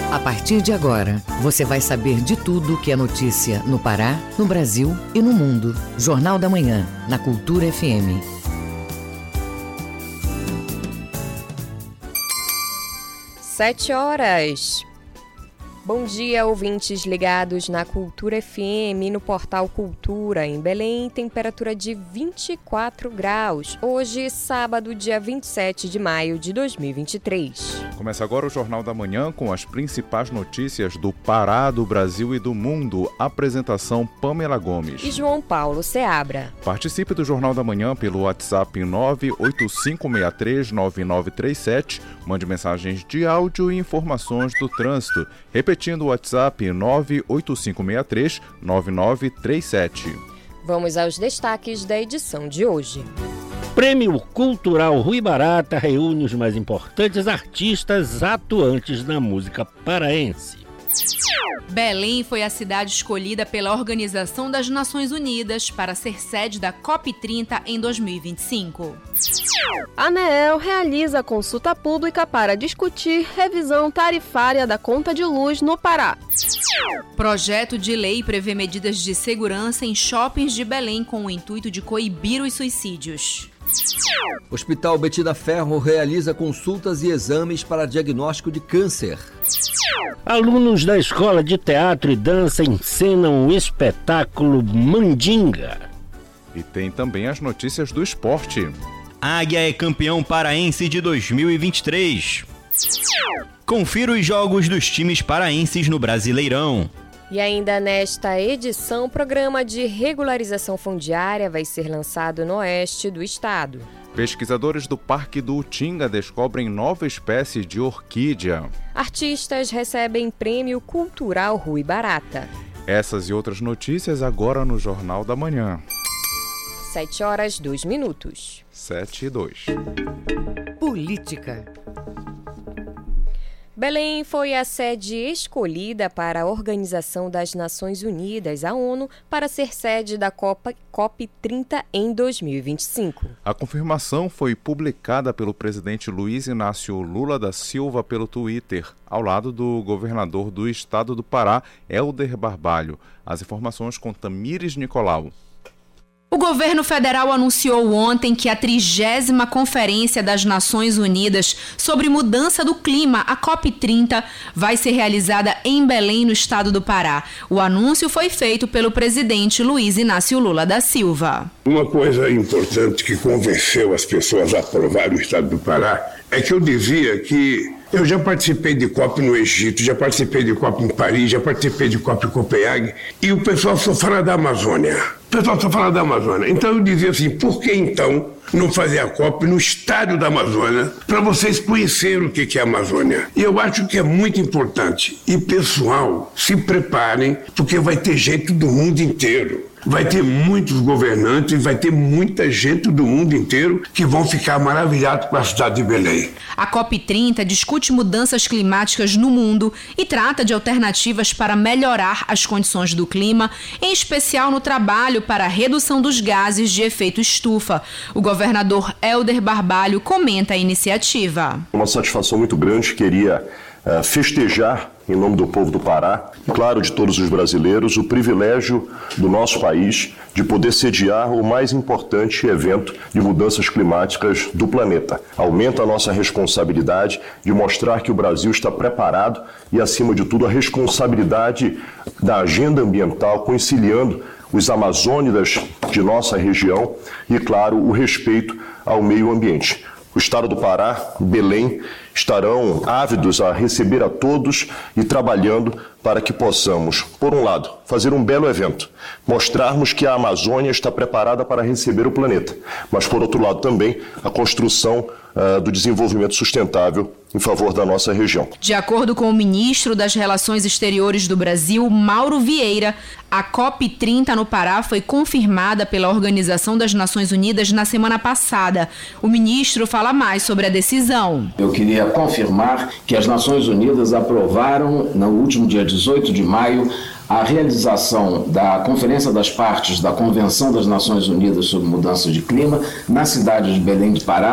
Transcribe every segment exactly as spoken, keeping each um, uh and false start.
A partir de agora, você vai saber de tudo que é notícia no Pará, no Brasil e no mundo. Jornal da Manhã, na Cultura F M. Sete horas. Bom dia, ouvintes ligados na Cultura F M, no portal Cultura, em Belém, temperatura de vinte e quatro graus. Hoje, sábado, dia vinte e sete de maio de dois mil e vinte e três. Começa agora o Jornal da Manhã com as principais notícias do Pará, do Brasil e do mundo. Apresentação Pamela Gomes e João Paulo Seabra. Participe do Jornal da Manhã pelo WhatsApp nove oito cinco seis três nove nove três sete. Mande mensagens de áudio e informações do trânsito. Repetindo o WhatsApp nove oito cinco seis três nove nove três sete. Vamos aos destaques da edição de hoje. Prêmio Cultural Rui Barata reúne os mais importantes artistas atuantes na música paraense. Belém foi a cidade escolhida pela Organização das Nações Unidas para ser sede da COP trinta em dois mil e vinte e cinco. A ANEEL realiza consulta pública para discutir revisão tarifária da conta de luz no Pará. Projeto de lei prevê medidas de segurança em shoppings de Belém com o intuito de coibir os suicídios. Hospital Betida Ferro realiza consultas e exames para diagnóstico de câncer. Alunos da Escola de Teatro e Dança encenam o espetáculo Mandinga. E tem também as notícias do esporte. Águia é campeão paraense de dois mil e vinte e três. Confira os jogos dos times paraenses no Brasileirão. E ainda nesta edição, o programa de regularização fundiária vai ser lançado no oeste do estado. Pesquisadores do Parque do Utinga descobrem nova espécie de orquídea. Artistas recebem Prêmio Cultural Rui Barata. Essas e outras notícias agora no Jornal da Manhã. Sete horas, dois minutos. Sete e dois. Política. Belém foi a sede escolhida para a Organização das Nações Unidas, a ONU, para ser sede da COP trinta em dois mil e vinte e cinco. A confirmação foi publicada pelo presidente Luiz Inácio Lula da Silva pelo Twitter, ao lado do governador do estado do Pará, Helder Barbalho. As informações com Tamires Nicolau. O governo federal anunciou ontem que a trigésima Conferência das Nações Unidas sobre Mudança do Clima, a COP trinta, vai ser realizada em Belém, no estado do Pará. O anúncio foi feito pelo presidente Luiz Inácio Lula da Silva. Uma coisa importante que convenceu as pessoas a aprovar o estado do Pará é que eu dizia que eu já participei de COP no Egito, já participei de COP em Paris, já participei de COP em Copenhague, e o pessoal só fala da Amazônia. O pessoal só fala da Amazônia. Então eu dizia assim, por que então não fazer a COP no estádio da Amazônia, para vocês conhecerem o que é a Amazônia? E eu acho que é muito importante. E pessoal, se preparem, porque vai ter gente do mundo inteiro. Vai ter muitos governantes, vai ter muita gente do mundo inteiro que vão ficar maravilhados com a cidade de Belém. A COP trinta discute mudanças climáticas no mundo e trata de alternativas para melhorar as condições do clima, em especial no trabalho para a redução dos gases de efeito estufa. O governador Helder Barbalho comenta a iniciativa. Uma satisfação muito grande, queria uh, festejar em nome do povo do Pará, e claro, de todos os brasileiros, o privilégio do nosso país de poder sediar o mais importante evento de mudanças climáticas do planeta. Aumenta a nossa responsabilidade de mostrar que o Brasil está preparado e, acima de tudo, a responsabilidade da agenda ambiental, conciliando os amazônidas de nossa região e, claro, o respeito ao meio ambiente. O estado do Pará, Belém, estarão ávidos a receber a todos e trabalhando para que possamos, por um lado, fazer um belo evento, mostrarmos que a Amazônia está preparada para receber o planeta, mas, por outro lado, também a construção uh, do desenvolvimento sustentável em favor da nossa região. De acordo com o ministro das Relações Exteriores do Brasil, Mauro Vieira, a COP trinta no Pará foi confirmada pela Organização das Nações Unidas na semana passada. O ministro fala mais sobre a decisão. Eu queria confirmar que as Nações Unidas aprovaram, no último dia dezoito de maio, a realização da Conferência das Partes da Convenção das Nações Unidas sobre Mudança de Clima na cidade de Belém do Pará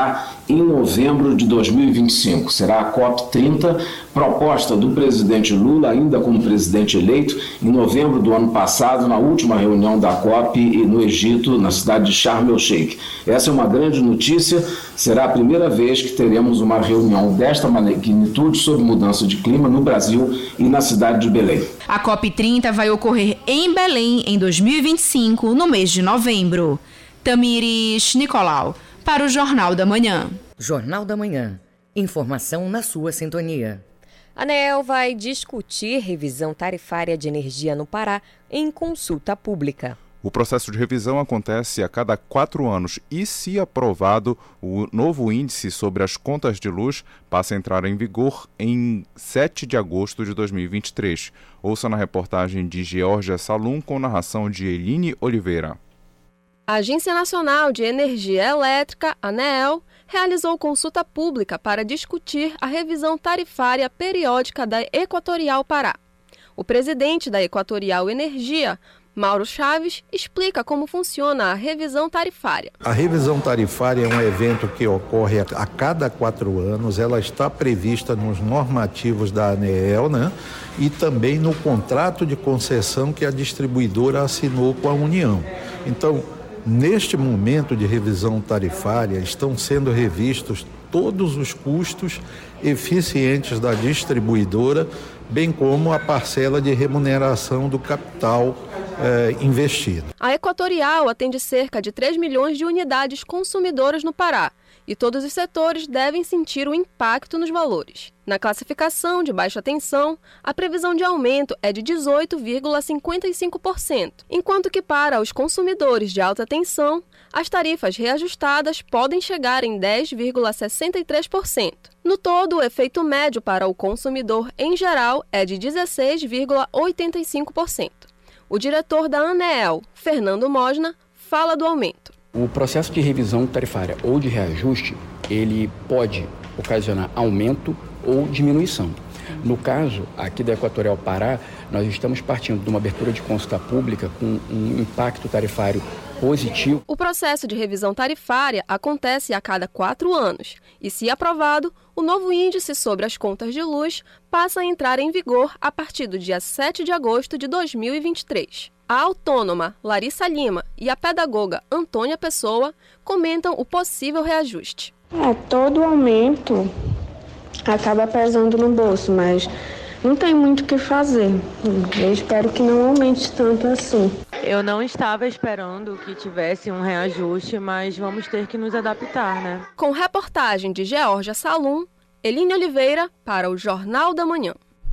em novembro de dois mil e vinte e cinco. Será a COP trinta, proposta do presidente Lula, ainda como presidente eleito, em novembro do ano passado, na última reunião da COP no Egito, na cidade de Sharm el-Sheikh. Essa é uma grande notícia, será a primeira vez que teremos uma reunião desta magnitude sobre mudança de clima no Brasil e na cidade de Belém. A COP trinta vai ocorrer em Belém em dois mil e vinte e cinco, no mês de novembro. Tamires Nicolau, para o Jornal da Manhã. Jornal da Manhã. Informação na sua sintonia. A ANEEL vai discutir revisão tarifária de energia no Pará em consulta pública. O processo de revisão acontece a cada quatro anos e, se aprovado, o novo índice sobre as contas de luz passa a entrar em vigor em sete de agosto de dois mil e vinte e três. Ouça na reportagem de Georgia Salum com narração de Eline Oliveira. A Agência Nacional de Energia Elétrica, ANEEL, realizou consulta pública para discutir a revisão tarifária periódica da Equatorial Pará. O presidente da Equatorial Energia, Mauro Chaves, explica como funciona a revisão tarifária. A revisão tarifária é um evento que ocorre a cada quatro anos, ela está prevista nos normativos da ANEEL, né? E também no contrato de concessão que a distribuidora assinou com a União. Então, neste momento de revisão tarifária, estão sendo revistos todos os custos eficientes da distribuidora, bem como a parcela de remuneração do capital eh, investido. A Equatorial atende cerca de três milhões de unidades consumidoras no Pará, e todos os setores devem sentir o impacto nos valores. Na classificação de baixa tensão, a previsão de aumento é de dezoito vírgula cinquenta e cinco por cento, enquanto que para os consumidores de alta tensão, as tarifas reajustadas podem chegar em dez vírgula sessenta e três por cento. No todo, o efeito médio para o consumidor em geral é de dezesseis vírgula oitenta e cinco por cento. O diretor da ANEEL, Fernando Mosna, fala do aumento. O processo de revisão tarifária ou de reajuste, ele pode ocasionar aumento ou diminuição. No caso, aqui da Equatorial Pará, nós estamos partindo de uma abertura de consulta pública com um impacto tarifário positivo. O processo de revisão tarifária acontece a cada quatro anos e, se aprovado, o novo índice sobre as contas de luz passa a entrar em vigor a partir do dia sete de agosto de dois mil e vinte e três. A autônoma Larissa Lima e a pedagoga Antônia Pessoa comentam o possível reajuste. É, todo aumento acaba pesando no bolso, mas não tem muito o que fazer. Eu espero que não aumente tanto assim. Eu não estava esperando que tivesse um reajuste, mas vamos ter que nos adaptar, né? Com reportagem de Georgia Salum, Eline Oliveira para o Jornal da Manhã.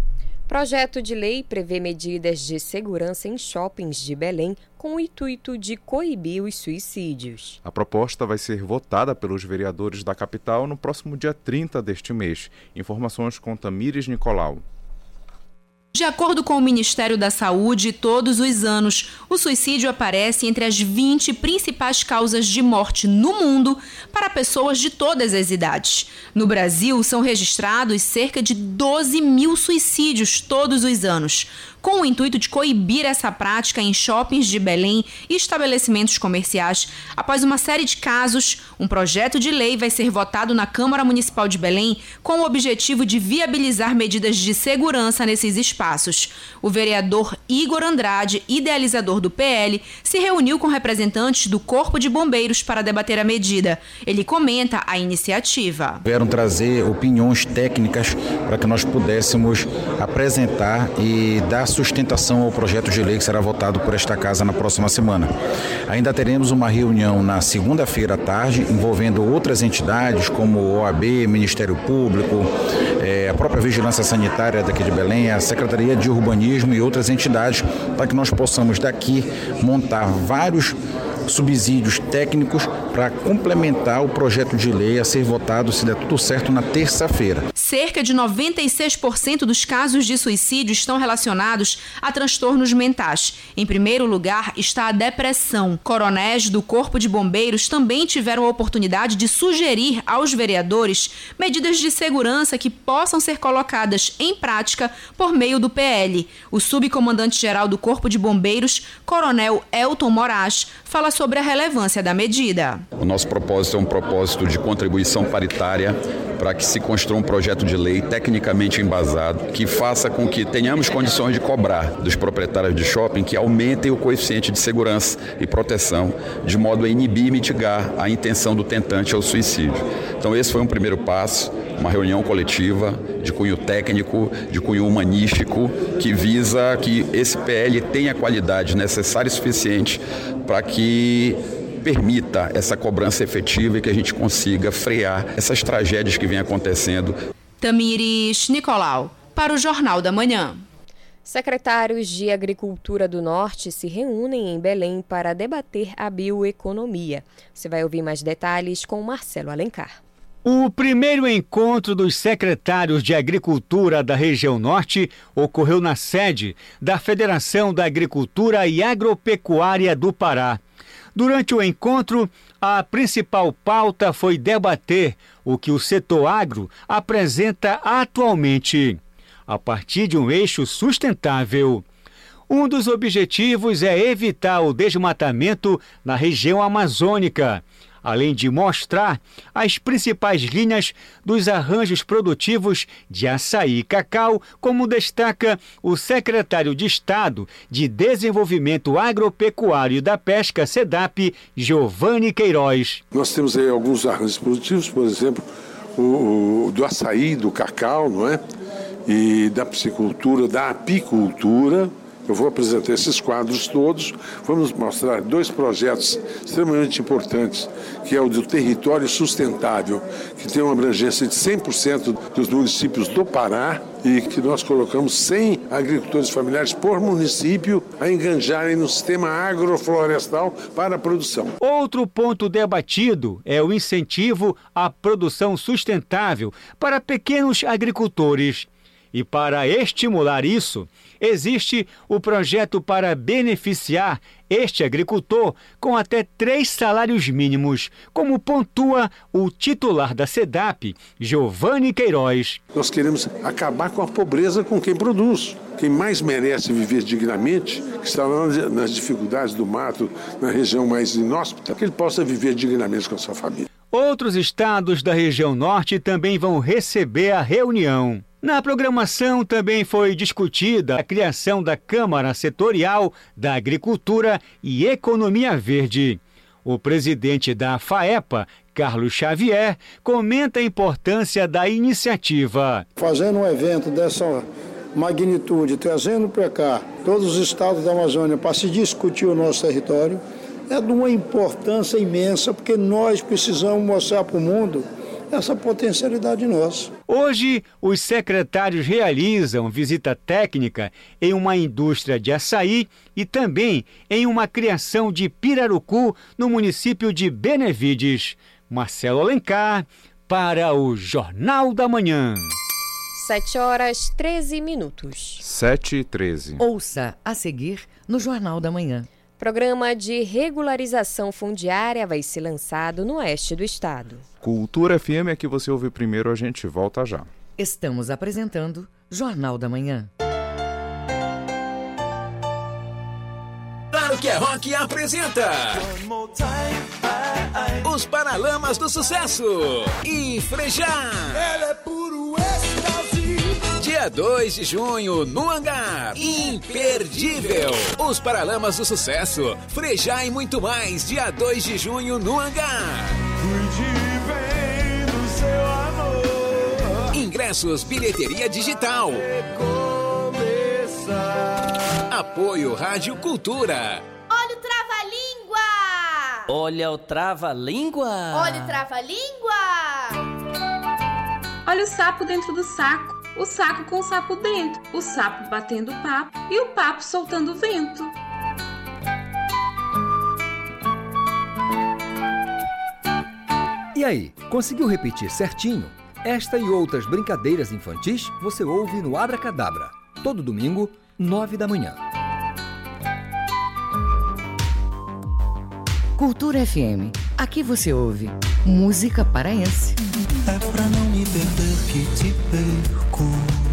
Projeto de lei prevê medidas de segurança em shoppings de Belém com o intuito de coibir os suicídios. A proposta vai ser votada pelos vereadores da capital no próximo dia trinta deste mês. Informações com Tamires Nicolau. De acordo com o Ministério da Saúde, todos os anos, o suicídio aparece entre as vinte principais causas de morte no mundo para pessoas de todas as idades. No Brasil, são registrados cerca de doze mil suicídios todos os anos. Com o intuito de coibir essa prática em shoppings de Belém e estabelecimentos comerciais, após uma série de casos, um projeto de lei vai ser votado na Câmara Municipal de Belém com o objetivo de viabilizar medidas de segurança nesses espaços. O vereador Igor Andrade, idealizador do P L, se reuniu com representantes do Corpo de Bombeiros para debater a medida. Ele comenta a iniciativa. Vieram trazer opiniões técnicas para que nós pudéssemos apresentar e dar sustentação ao projeto de lei que será votado por esta casa na próxima semana. Ainda teremos uma reunião na segunda-feira à tarde, envolvendo outras entidades como O A B, Ministério Público, é, a própria Vigilância Sanitária daqui de Belém, a Secretaria de Urbanismo e outras entidades, para que nós possamos daqui montar vários subsídios técnicos para complementar o projeto de lei a ser votado, se der tudo certo, na terça-feira. Cerca de noventa e seis por cento dos casos de suicídio estão relacionados a transtornos mentais. Em primeiro lugar está a depressão. Coronéis do Corpo de Bombeiros também tiveram a oportunidade de sugerir aos vereadores medidas de segurança que possam ser colocadas em prática por meio do P L. O subcomandante-geral do Corpo de Bombeiros, Coronel Elton Moraes, fala sobre a relevância da medida. O nosso propósito é um propósito de contribuição paritária para que se construa um projeto de lei tecnicamente embasado que faça com que tenhamos condições de cobrar dos proprietários de shopping que aumentem o coeficiente de segurança e proteção, de modo a inibir e mitigar a intenção do tentante ao suicídio. Então esse foi um primeiro passo, uma reunião coletiva de cunho técnico, de cunho humanístico, que visa que esse P L tenha a qualidade necessária e suficiente para que permita essa cobrança efetiva e que a gente consiga frear essas tragédias que vêm acontecendo. Tamires Nicolau, para o Jornal da Manhã. Secretários de Agricultura do Norte se reúnem em Belém para debater a bioeconomia. Você vai ouvir mais detalhes com Marcelo Alencar. O primeiro encontro dos secretários de Agricultura da região Norte ocorreu na sede da Federação da Agricultura e Agropecuária do Pará. Durante o encontro, a principal pauta foi debater o que o setor agro apresenta atualmente, a partir de um eixo sustentável. Um dos objetivos é evitar o desmatamento na região amazônica, além de mostrar as principais linhas dos arranjos produtivos de açaí e cacau, como destaca o secretário de Estado de Desenvolvimento Agropecuário e da Pesca, SEDAP, Giovanni Queiroz. Nós temos aí alguns arranjos produtivos, por exemplo, o, o do açaí, do cacau, não é? E da piscicultura, da apicultura. Eu vou apresentar esses quadros todos, vamos mostrar dois projetos extremamente importantes, que é o do território sustentável, que tem uma abrangência de cem por cento dos municípios do Pará e que nós colocamos cem agricultores familiares por município a enganjarem no sistema agroflorestal para a produção. Outro ponto debatido é o incentivo à produção sustentável para pequenos agricultores. E para estimular isso, existe o projeto para beneficiar este agricultor com até três salários mínimos, como pontua o titular da SEDAP, Giovanni Queiroz. Nós queremos acabar com a pobreza com quem produz. Quem mais merece viver dignamente, que está lá nas dificuldades do mato, na região mais inóspita, que ele possa viver dignamente com a sua família. Outros estados da região norte também vão receber a reunião. Na programação também foi discutida a criação da Câmara Setorial da Agricultura e Economia Verde. O presidente da FAEPA, Carlos Xavier, comenta a importância da iniciativa. Fazendo um evento dessa magnitude, trazendo para cá todos os estados da Amazônia para se discutir o nosso território, é de uma importância imensa, porque nós precisamos mostrar para o mundo essa potencialidade nossa. Hoje, os secretários realizam visita técnica em uma indústria de açaí e também em uma criação de pirarucu no município de Benevides. Marcelo Alencar, para o Jornal da Manhã. sete horas treze minutos. sete e treze. Ouça a seguir no Jornal da Manhã. Programa de regularização fundiária vai ser lançado no oeste do estado. Cultura F M é que você ouve primeiro, a gente volta já. Estamos apresentando Jornal da Manhã. Claro que é Rock apresenta Os Paralamas do Sucesso e Frejá. Ela é puro êxtase. Dia dois de junho, no Hangar. Imperdível. Os Paralamas do Sucesso, Frejá e muito mais. Dia dois de junho, no Hangar. Cuide bem do seu amor. Ingressos, bilheteria digital. Apoio Rádio Cultura. Olha o trava-língua. Olha o trava-língua. Olha o trava-língua. Olha o sapo dentro do saco. O saco com o sapo dentro, o sapo batendo papo e o papo soltando vento. E aí, conseguiu repetir certinho? Esta e outras brincadeiras infantis você ouve no Abracadabra, todo domingo, nove da manhã. Cultura F M. Aqui você ouve música paraense. É pra não me perder que te perco.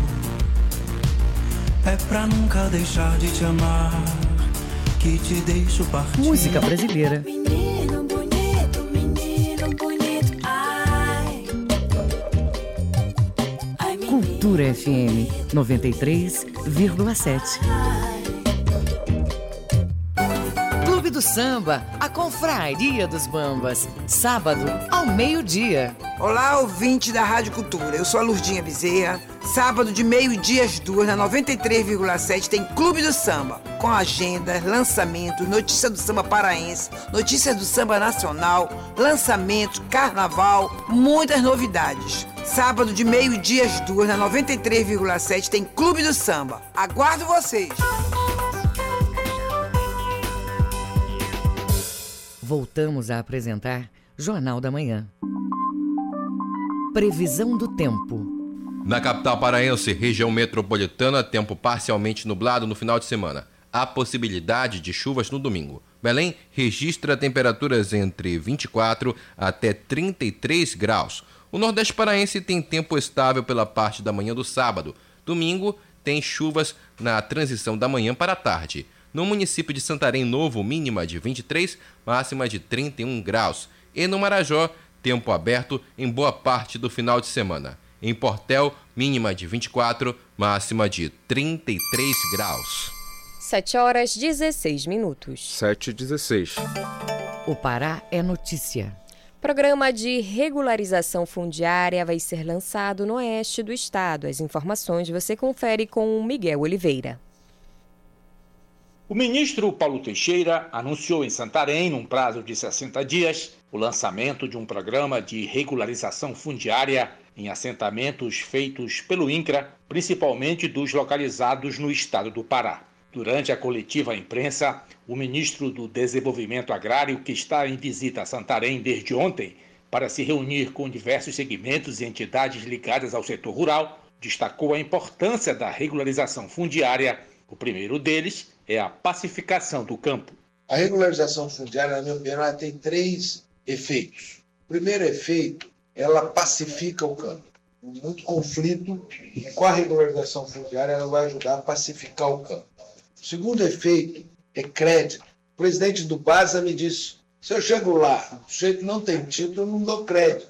É pra nunca deixar de te amar que te deixo partir. Música brasileira. Menino bonito, menino Cultura F M noventa e três vírgula sete. Clube do Samba, a Confraria dos Bambas, sábado ao meio-dia. Olá, ouvinte da Rádio Cultura. Eu sou a Lurdinha Bezerra. Sábado de meio-dia às duas, na noventa e três vírgula sete, tem Clube do Samba, com agenda, lançamento, notícia do samba paraense, notícias do samba nacional, lançamentos, carnaval, muitas novidades. Sábado de meio-dia às duas, na noventa e três vírgula sete, tem Clube do Samba. Aguardo vocês! Voltamos a apresentar Jornal da Manhã. Previsão do tempo. Na capital paraense, região metropolitana, tempo parcialmente nublado no final de semana. Há possibilidade de chuvas no domingo. Belém registra temperaturas entre vinte e quatro até trinta e três graus. O Nordeste paraense tem tempo estável pela parte da manhã do sábado. Domingo tem chuvas na transição da manhã para a tarde. No município de Santarém Novo, mínima de vinte e três, máxima de trinta e um graus. E no Marajó, tempo aberto em boa parte do final de semana. Em Portel, mínima de vinte e quatro, máxima de trinta e três graus. sete horas e dezesseis minutos. sete e dezesseis. O Pará é notícia. Programa de regularização fundiária vai ser lançado no oeste do estado. As informações você confere com o Miguel Oliveira. O ministro Paulo Teixeira anunciou em Santarém, num prazo de sessenta dias, o lançamento de um programa de regularização fundiária em assentamentos feitos pelo INCRA, principalmente dos localizados no estado do Pará. Durante a coletiva à imprensa, o ministro do Desenvolvimento Agrário, que está em visita a Santarém desde ontem para se reunir com diversos segmentos e entidades ligadas ao setor rural, destacou a importância da regularização fundiária. O primeiro deles é a pacificação do campo. A regularização fundiária, na minha opinião, ela tem três efeitos. O primeiro efeito, ela pacifica o campo. Muito conflito, e com a regularização fundiária ela vai ajudar a pacificar o campo. O segundo efeito é crédito. O presidente do BASA me disse, se eu chego lá, o sujeito não tem título, eu não dou crédito.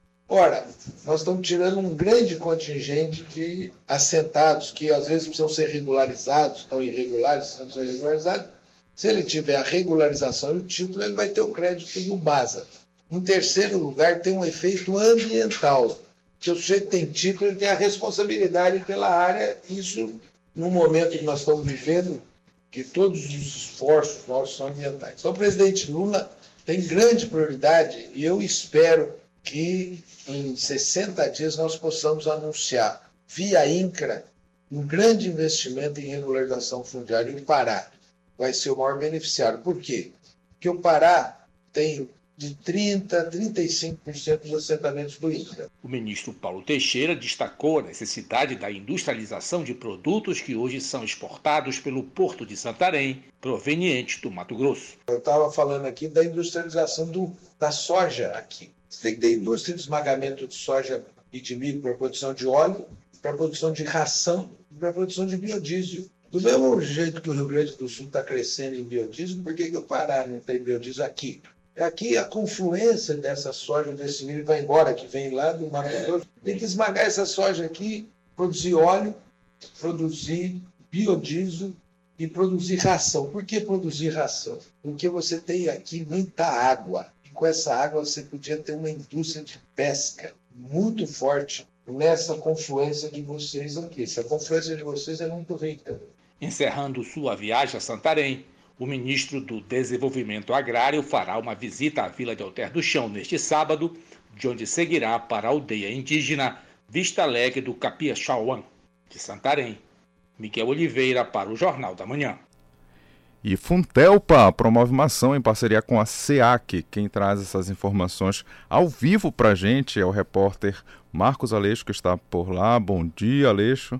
Ora, nós estamos tirando um grande contingente de assentados que às vezes precisam ser regularizados, estão irregulares, não são regularizados. Se ele tiver a regularização e o título, ele vai ter o crédito do BASA. Em terceiro lugar, tem um efeito ambiental. Se o sujeito tem título, ele tem a responsabilidade pela área. Isso, no momento que nós estamos vivendo, que todos os esforços nossos são ambientais. Então, o presidente Lula tem grande prioridade e eu espero que em sessenta dias nós possamos anunciar, via INCRA, um grande investimento em regularização fundiária em Pará. Vai ser o maior beneficiário. Por quê? Porque o Pará tem de trinta por cento a trinta e cinco por cento dos assentamentos do INCRA. O ministro Paulo Teixeira destacou a necessidade da industrialização de produtos que hoje são exportados pelo Porto de Santarém, provenientes do Mato Grosso. Eu estava falando aqui da industrialização do, da soja aqui. Você tem que ter indústria de esmagamento de soja e de milho para a produção de óleo, para a produção de ração e para a produção de biodiesel. Do mesmo jeito que o Rio Grande do Sul está crescendo em biodiesel, por que, que o Pará não tem biodiesel aqui? Aqui a confluência dessa soja, desse milho vai embora, que vem lá do Mato Grosso. Tem que esmagar essa soja aqui, produzir óleo, produzir biodiesel e produzir ração. Por que produzir ração? Porque você tem aqui muita água. E com essa água você podia ter uma indústria de pesca muito forte nessa confluência de vocês aqui. Essa confluência de vocês é muito rica. Encerrando sua viagem a Santarém, o ministro do Desenvolvimento Agrário fará uma visita à Vila de Alter do Chão neste sábado, de onde seguirá para a aldeia indígena Vista Alegre do Capiachauã, de Santarém. Miguel Oliveira para o Jornal da Manhã. E Funtelpa promove uma ação em parceria com a SEAC. Quem traz essas informações ao vivo para a gente é o repórter Marcos Aleixo, que está por lá. Bom dia, Aleixo.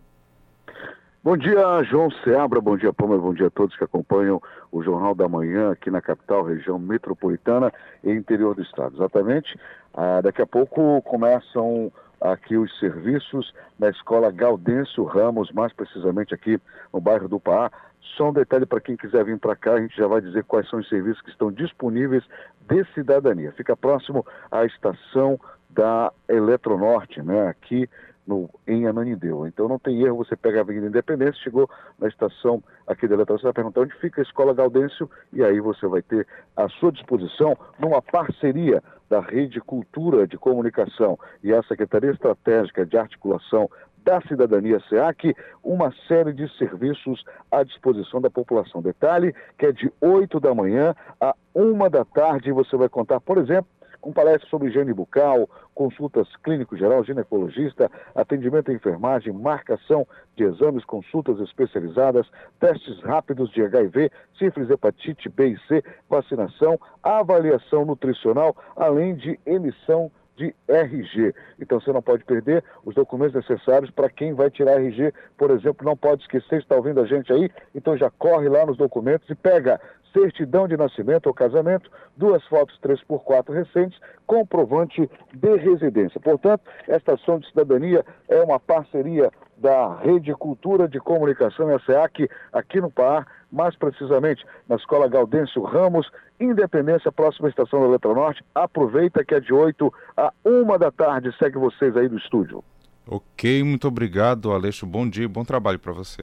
Bom dia, João Seabra, bom dia, Palma, bom dia a todos que acompanham o Jornal da Manhã aqui na capital, região metropolitana e interior do estado. Exatamente, ah, daqui a pouco começam aqui os serviços da Escola Gaudêncio Ramos, mais precisamente aqui no bairro do Pará. Só um detalhe para quem quiser vir para cá, a gente já vai dizer quais são os serviços que estão disponíveis de cidadania. Fica próximo à estação da Eletronorte, né, aqui no, em Ananindeua. Então não tem erro, você pega a Avenida Independência, chegou na estação aqui da Eletrônica, você vai perguntar onde fica a Escola Gaudêncio, e aí você vai ter à sua disposição, numa parceria da Rede Cultura de Comunicação e a Secretaria Estratégica de Articulação da Cidadania S E A C, uma série de serviços à disposição da população. Detalhe que é de oito da manhã a uma da tarde, você vai contar, por exemplo, com palestras sobre higiene bucal, consultas clínico-geral, ginecologista, atendimento à enfermagem, marcação de exames, consultas especializadas, testes rápidos de H I V, sífilis, hepatite B e C, vacinação, avaliação nutricional, além de emissão de R G. Então você não pode perder os documentos necessários para quem vai tirar R G, por exemplo, não pode esquecer, está ouvindo a gente aí, então já corre lá nos documentos e pega certidão de nascimento ou casamento, duas fotos três por quatro recentes, comprovante de residência. Portanto, esta ação de cidadania é uma parceria da Rede Cultura de Comunicação S E A C aqui no Pará, mais precisamente na Escola Gaudêncio Ramos, Independência, próxima estação da Eletronorte. Aproveita que é de oito a uma da tarde. Segue vocês aí do estúdio. Ok, muito obrigado, Aleixo. Bom dia e bom trabalho para você.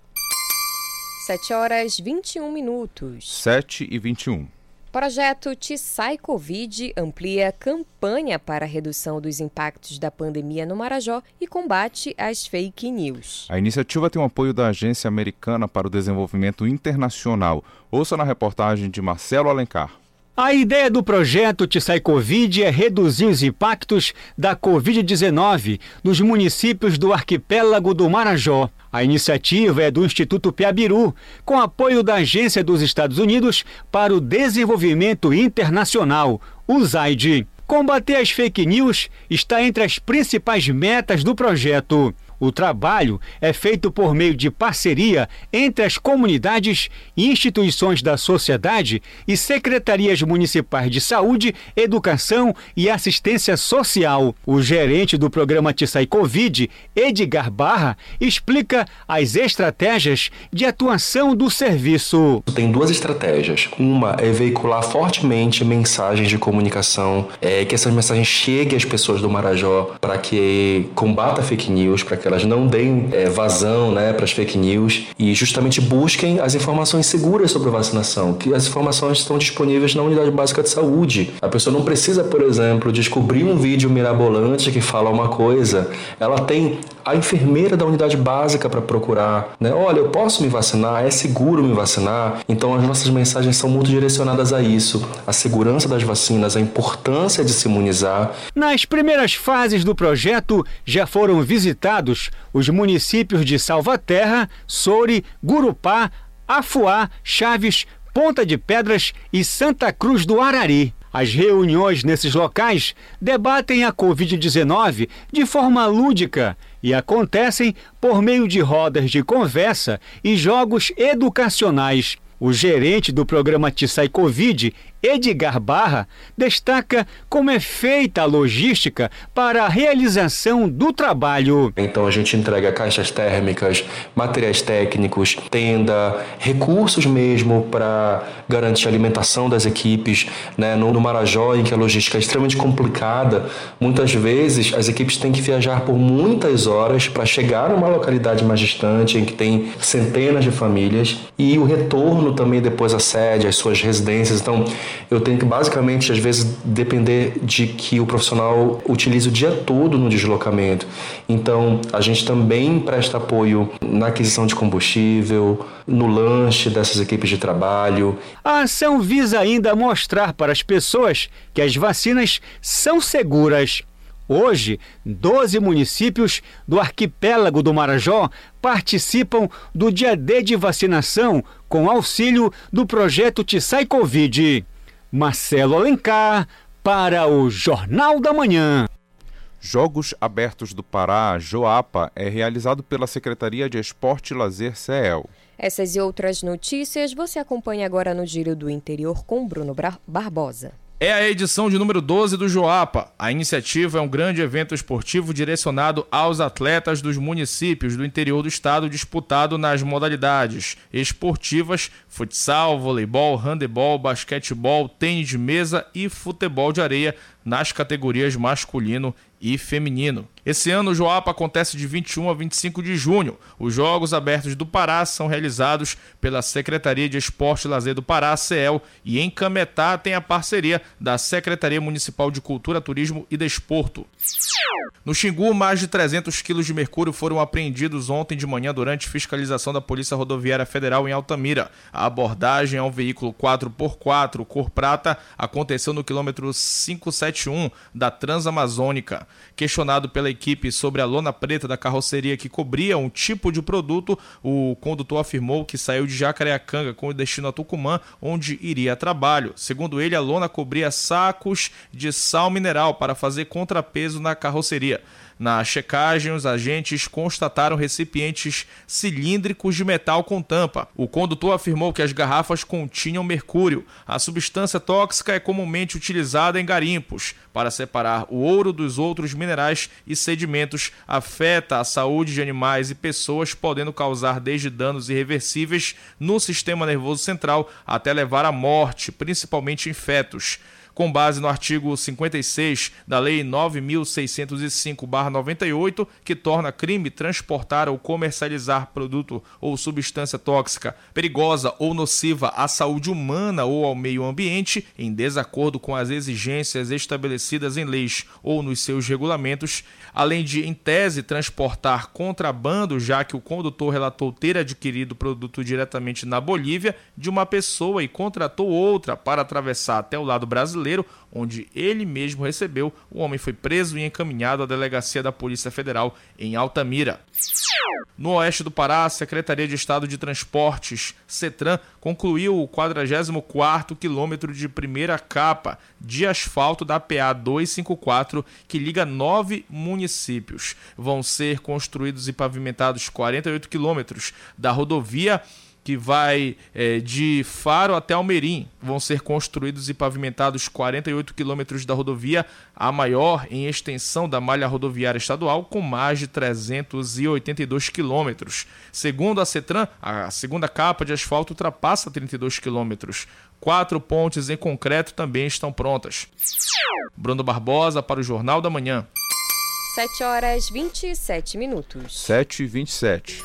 sete horas e vinte e um minutos. sete e vinte e um. Projeto Te Sai Covid amplia campanha para a redução dos impactos da pandemia no Marajó e combate às fake news. A iniciativa tem o apoio da Agência Americana para o Desenvolvimento Internacional. Ouça na reportagem de Marcelo Alencar. A ideia do projeto Te Sai Covid é reduzir os impactos da covid dezenove nos municípios do arquipélago do Marajó. A iniciativa é do Instituto Piabiru, com apoio da Agência dos Estados Unidos para o Desenvolvimento Internacional, U S A I D. Combater as fake news está entre as principais metas do projeto. O trabalho é feito por meio de parceria entre as comunidades, instituições da sociedade e secretarias municipais de saúde, educação e assistência social. O gerente do programa Te Sai Covid, Edgar Barra, explica as estratégias de atuação do serviço. Tem duas estratégias. Uma é veicular fortemente mensagens de comunicação, é, que essas mensagens cheguem às pessoas do Marajó para que combata a fake news, para que elas não deem é, vazão, né, para as fake news e justamente busquem as informações seguras sobre a vacinação, que as informações estão disponíveis na unidade básica de saúde. A pessoa não precisa, por exemplo, descobrir um vídeo mirabolante que fala uma coisa. Ela tem a enfermeira da unidade básica para procurar, né? Olha, eu posso me vacinar? É seguro me vacinar? Então as nossas mensagens são muito direcionadas a isso, a segurança das vacinas, a importância de se imunizar. Nas primeiras fases do projeto já foram visitados os municípios de Salvaterra, Soure, Gurupá, Afuá, Chaves, Ponta de Pedras e Santa Cruz do Arari. As reuniões nesses locais debatem a covid dezenove de forma lúdica e acontecem por meio de rodas de conversa e jogos educacionais. O gerente do programa Te Sai Covid, Edgar Barra, destaca como é feita a logística para a realização do trabalho. Então a gente entrega caixas térmicas, materiais técnicos, tenda, recursos mesmo para garantir a alimentação das equipes, né? No, no Marajó, em que a logística é extremamente complicada, muitas vezes as equipes têm que viajar por muitas horas para chegar numa localidade mais distante, em que tem centenas de famílias, e o retorno também depois à sede, às suas residências. Então eu tenho que basicamente, às vezes, depender de que o profissional utilize o dia todo no deslocamento. Então, a gente também presta apoio na aquisição de combustível, no lanche dessas equipes de trabalho. A ação visa ainda mostrar para as pessoas que as vacinas são seguras. Hoje, doze municípios do arquipélago do Marajó participam do dia D de vacinação com auxílio do projeto Te Sai Covid. Marcelo Alencar, para o Jornal da Manhã. Jogos Abertos do Pará, Joapa, é realizado pela Secretaria de Esporte e Lazer, C E L. Essas e outras notícias você acompanha agora no Giro do Interior com Bruno Barbosa. É a edição de número doze do Joapa. A iniciativa é um grande evento esportivo direcionado aos atletas dos municípios do interior do estado, disputado nas modalidades esportivas, futsal, voleibol, handebol, basquetebol, tênis de mesa e futebol de areia nas categorias masculino e feminino. Esse ano o Joapa acontece de vinte e um a vinte e cinco de junho. Os Jogos Abertos do Pará são realizados pela Secretaria de Esporte e Lazer do Pará, C E L, e em Cametá tem a parceria da Secretaria Municipal de Cultura, Turismo e Desporto. No Xingu, mais de trezentos quilos de mercúrio foram apreendidos ontem de manhã durante fiscalização da Polícia Rodoviária Federal em Altamira. A abordagem a um veículo quatro por quatro cor prata aconteceu no quilômetro quinhentos e setenta e um da Transamazônica. Questionado pela equipe sobre a lona preta da carroceria que cobria um tipo de produto, o condutor afirmou que saiu de Jacareacanga com destino a Tucumã, onde iria a trabalho. Segundo ele, a lona cobria sacos de sal mineral para fazer contrapeso na carroceria. Na checagem, os agentes constataram recipientes cilíndricos de metal com tampa. O condutor afirmou que as garrafas continham mercúrio. A substância tóxica é comumente utilizada em garimpos para separar o ouro dos outros minerais e sedimentos. Afeta a saúde de animais e pessoas, podendo causar desde danos irreversíveis no sistema nervoso central até levar à morte, principalmente em fetos. Com base no artigo cinquenta e seis da Lei nove mil seiscentos e cinco barra noventa e oito, que torna crime transportar ou comercializar produto ou substância tóxica, perigosa ou nociva à saúde humana ou ao meio ambiente, em desacordo com as exigências estabelecidas em leis ou nos seus regulamentos, além de, em tese, transportar contrabando, já que o condutor relatou ter adquirido o produto diretamente na Bolívia de uma pessoa e contratou outra para atravessar até o lado brasileiro, onde ele mesmo recebeu. O homem foi preso e encaminhado à delegacia da Polícia Federal em Altamira. No oeste do Pará, a Secretaria de Estado de Transportes, CETRAN, concluiu o quadragésimo quarto quilômetro de primeira capa de asfalto da P A duzentos e cinquenta e quatro, que liga nove municípios. Vão ser construídos e pavimentados quarenta e oito quilômetros da rodovia que vai é, de Faro até Almerim. Vão ser construídos e pavimentados quarenta e oito quilômetros da rodovia, a maior em extensão da malha rodoviária estadual, com mais de trezentos e oitenta e dois quilômetros. Segundo a CETRAN, a segunda capa de asfalto ultrapassa trinta e dois quilômetros. Quatro pontes em concreto também estão prontas. Bruno Barbosa para o Jornal da Manhã. sete horas e vinte e sete minutos. sete e vinte e sete.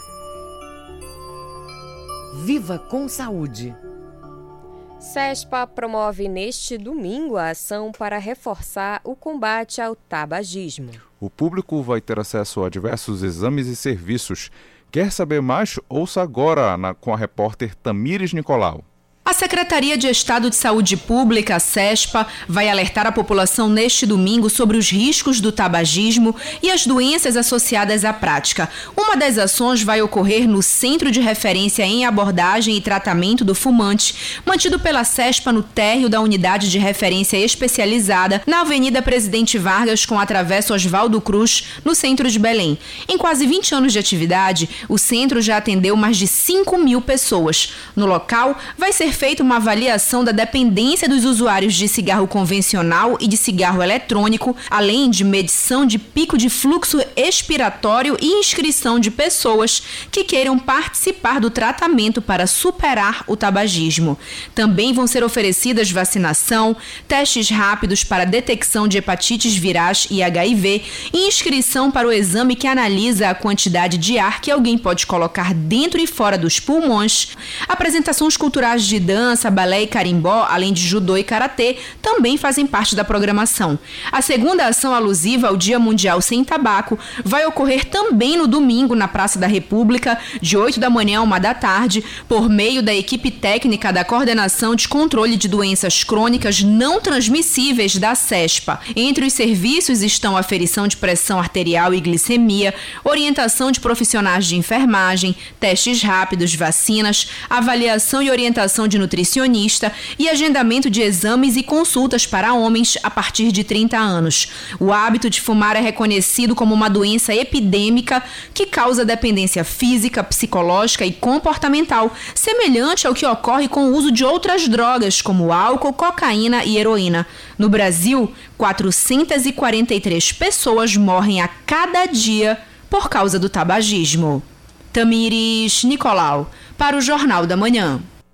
Viva com Saúde. SESPA promove neste domingo a ação para reforçar o combate ao tabagismo. O público vai ter acesso a diversos exames e serviços. Quer saber mais? Ouça agora na, com a repórter Tamires Nicolau. A Secretaria de Estado de Saúde Pública, a SESPA, vai alertar a população neste domingo sobre os riscos do tabagismo e as doenças associadas à prática. Uma das ações vai ocorrer no Centro de Referência em Abordagem e Tratamento do Fumante, mantido pela SESPA no térreo da Unidade de Referência Especializada, na Avenida Presidente Vargas, com atravesso Oswaldo Cruz, no centro de Belém. Em quase vinte anos de atividade, o centro já atendeu mais de cinco mil pessoas. No local, vai ser feita uma avaliação da dependência dos usuários de cigarro convencional e de cigarro eletrônico, além de medição de pico de fluxo expiratório e inscrição de pessoas que queiram participar do tratamento para superar o tabagismo. Também vão ser oferecidas vacinação, testes rápidos para detecção de hepatites virais e H I V e inscrição para o exame que analisa a quantidade de ar que alguém pode colocar dentro e fora dos pulmões. Apresentações culturais de dança, balé e carimbó, além de judô e karatê, também fazem parte da programação. A segunda ação alusiva ao Dia Mundial Sem Tabaco vai ocorrer também no domingo na Praça da República, de oito da manhã a uma da tarde, por meio da equipe técnica da Coordenação de Controle de Doenças Crônicas Não Transmissíveis da SESPA. Entre os serviços estão aferição de pressão arterial e glicemia, orientação de profissionais de enfermagem, testes rápidos, vacinas, avaliação e orientação de nutricionista e agendamento de exames e consultas para homens a partir de trinta anos. O hábito de fumar é reconhecido como uma doença epidêmica que causa dependência física, psicológica e comportamental, semelhante ao que ocorre com o uso de outras drogas, como álcool, cocaína e heroína. No Brasil, quatrocentas e quarenta e três pessoas morrem a cada dia por causa do tabagismo. Tamires Nicolau, para o Jornal da Manhã.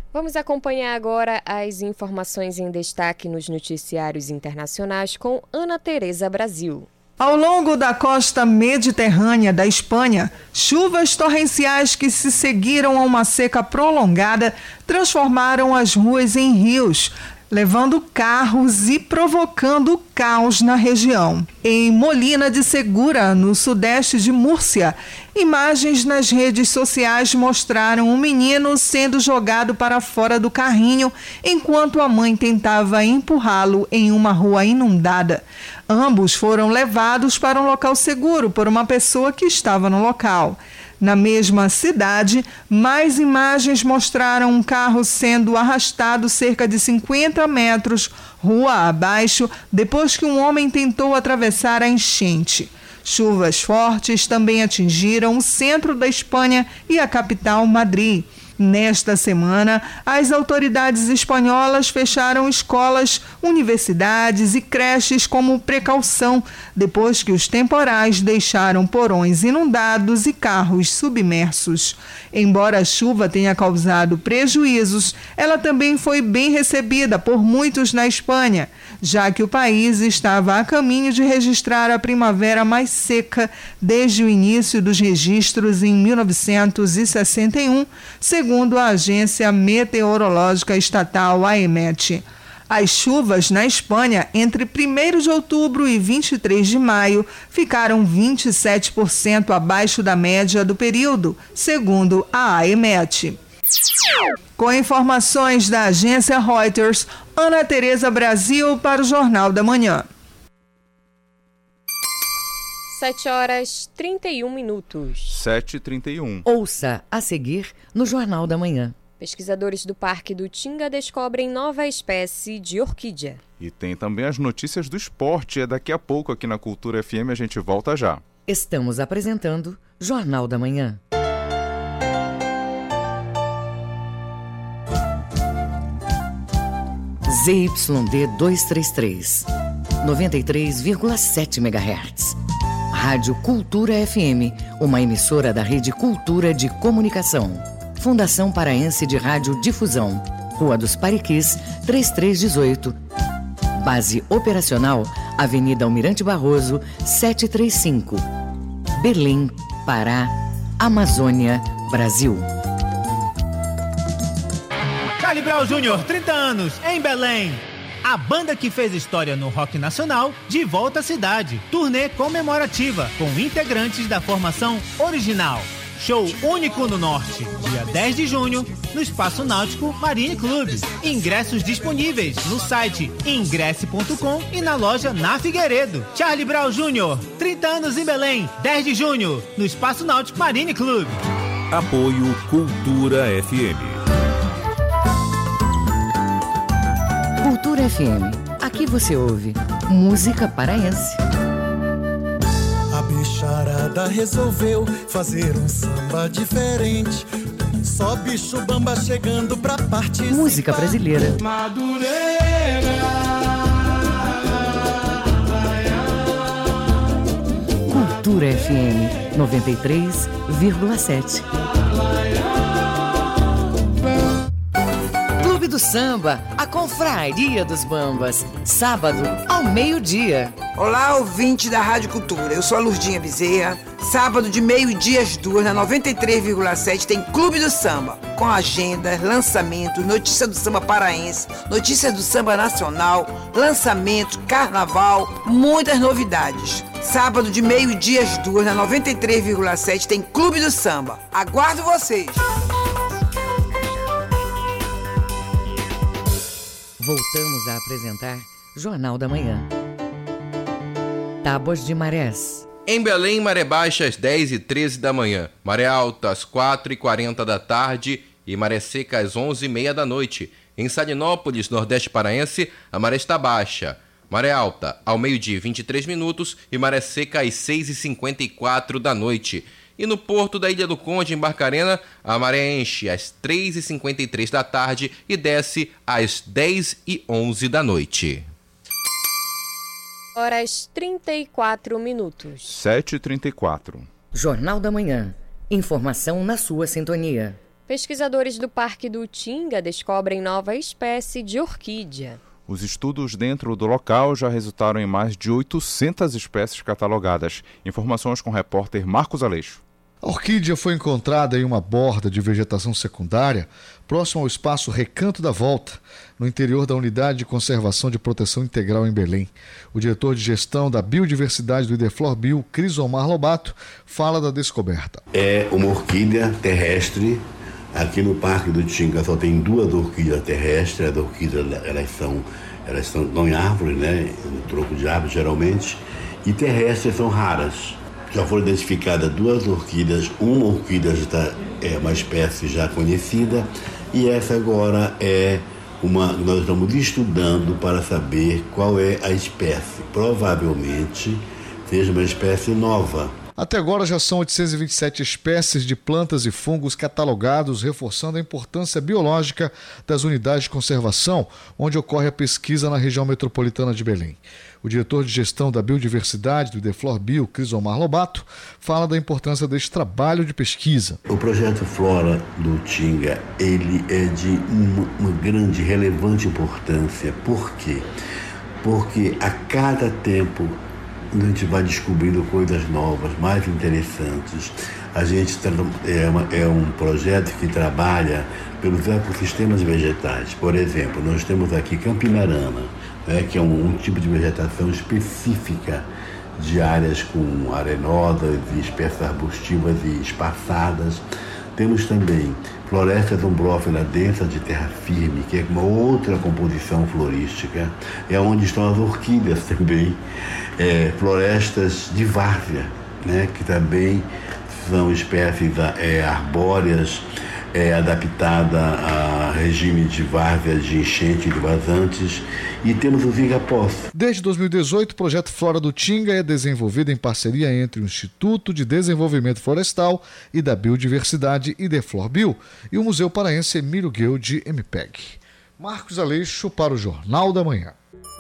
Vamos acompanhar agora as informações em destaque nos noticiários internacionais com Ana Tereza Brasil. Ao longo da costa mediterrânea da Espanha, chuvas torrenciais que se seguiram a uma seca prolongada transformaram as ruas em rios, levando carros e provocando caos na região. Em Molina de Segura, no sudeste de Múrcia, imagens nas redes sociais mostraram um menino sendo jogado para fora do carrinho enquanto a mãe tentava empurrá-lo em uma rua inundada. Ambos foram levados para um local seguro por uma pessoa que estava no local. Na mesma cidade, mais imagens mostraram um carro sendo arrastado cerca de cinquenta metros rua abaixo depois que um homem tentou atravessar a enchente. Chuvas fortes também atingiram o centro da Espanha e a capital, Madrid. Nesta semana, as autoridades espanholas fecharam escolas, universidades e creches como precaução, depois que os temporais deixaram porões inundados e carros submersos. Embora a chuva tenha causado prejuízos, ela também foi bem recebida por muitos na Espanha, já que o país estava a caminho de registrar a primavera mais seca desde o início dos registros em mil novecentos e sessenta e um, segundo Segundo a agência meteorológica estatal A E M E T. As chuvas na Espanha entre primeiro de outubro e vinte e três de maio ficaram vinte e sete por cento abaixo da média do período, segundo a A E M E T. Com informações da agência Reuters, Ana Tereza Brasil para o Jornal da Manhã. sete horas e trinta e um minutos. sete e trinta e um. Ouça a seguir no Jornal da Manhã. Pesquisadores do Parque do Tinga descobrem nova espécie de orquídea. E tem também as notícias do esporte. É daqui a pouco aqui na Cultura F M, a gente volta já. Estamos apresentando Jornal da Manhã. Z Y D duzentos e trinta e três, noventa e três vírgula sete megahertz. Rádio Cultura F M, uma emissora da Rede Cultura de Comunicação. Fundação Paraense de Rádio Difusão, Rua dos Pariquis, trinta e três dezoito. Base operacional, Avenida Almirante Barroso, setecentos e trinta e cinco. Belém, Pará, Amazônia, Brasil. Charlie Brown Júnior, trinta anos, em Belém. A banda que fez história no rock nacional, de volta à cidade. Turnê comemorativa, com integrantes da formação original. Show único no Norte, dia dez de junho, no Espaço Náutico Marine Club. Ingressos disponíveis no site ingresse ponto com e na loja na Figueiredo. Charlie Brown Júnior, trinta anos em Belém, dez de junho, no Espaço Náutico Marine Club. Apoio Cultura F M. Cultura F M. Aqui você ouve música paraense. A bicharada resolveu fazer um samba diferente. Só bicho bamba chegando pra participar. Música brasileira. Madureira. Cultura F M noventa e três vírgula sete. Clube do Samba, a Confraria dos Bambas, sábado ao meio-dia. Olá, ouvinte da Rádio Cultura, eu sou a Lurdinha Bezerra. Sábado de meio-dia às duas, na noventa e três vírgula sete, tem Clube do Samba, com agenda, lançamento, notícia do samba paraense, notícias do samba nacional, lançamento, carnaval, muitas novidades. Sábado de meio-dia às duas, na noventa e três vírgula sete, tem Clube do Samba. Aguardo vocês! Voltamos a apresentar Jornal da Manhã. Tábuas de marés. Em Belém, maré baixa às dez e treze da manhã, maré alta às quatro e quarenta da tarde e maré seca às onze e meia da noite. Em Salinópolis, Nordeste Paraense, a maré está baixa. Maré alta ao meio-dia e vinte e três minutos e maré seca às seis e cinquenta e quatro da noite. E no porto da Ilha do Conde, em Barcarena, a maré enche às três e cinquenta e três da tarde e desce às dez e onze da noite. Horas trinta e quatro minutos. sete e trinta e quatro. Jornal da Manhã. Informação na sua sintonia. Pesquisadores do Parque do Utinga descobrem nova espécie de orquídea. Os estudos dentro do local já resultaram em mais de oitocentas espécies catalogadas. Informações com o repórter Marcos Aleixo. A orquídea foi encontrada em uma borda de vegetação secundária, próximo ao espaço Recanto da Volta, no interior da Unidade de Conservação de Proteção Integral em Belém. O diretor de gestão da biodiversidade do Ideflor Bio, Crisomar Lobato, fala da descoberta. É uma orquídea terrestre. Aqui no Parque do Utinga só tem duas orquídeas terrestres. As orquídeas elas são, elas estão em árvore, né? No tronco de árvore geralmente, e terrestres são raras. Já foram identificadas duas orquídeas, uma orquídea está, é uma espécie já conhecida, e essa agora é uma que nós estamos estudando para saber qual é a espécie. Provavelmente seja uma espécie nova. Até agora já são oitocentas e vinte e sete espécies de plantas e fungos catalogados, reforçando a importância biológica das unidades de conservação, onde ocorre a pesquisa na região metropolitana de Belém. O diretor de gestão da biodiversidade do Ideflor Bio, Crisomar Lobato, fala da importância desse trabalho de pesquisa. O projeto Flora do Utinga, ele é de uma, uma grande, relevante importância. Por quê? Porque a cada tempo a gente vai descobrindo coisas novas, mais interessantes. A gente é, uma, é um projeto que trabalha pelos ecossistemas vegetais. Por exemplo, nós temos aqui Campinarana, né, que é um, um tipo de vegetação específica de áreas com arenosas e espécies arbustivas e espaçadas. Temos também florestas umbrófilas densas de terra firme, que é uma outra composição florística. É onde estão as orquídeas também. É, florestas de várzea, né, que também são espécies é, arbóreas é, adaptadas a regime de várzea, de enchente, de vazantes. E temos os igapós. Desde dois mil e dezoito, o projeto Flora do Utinga é desenvolvido em parceria entre o Instituto de Desenvolvimento Florestal e da Biodiversidade Ideflor Bio e o Museu Paraense Emílio Guild M P E G. Marcos Aleixo para o Jornal da Manhã.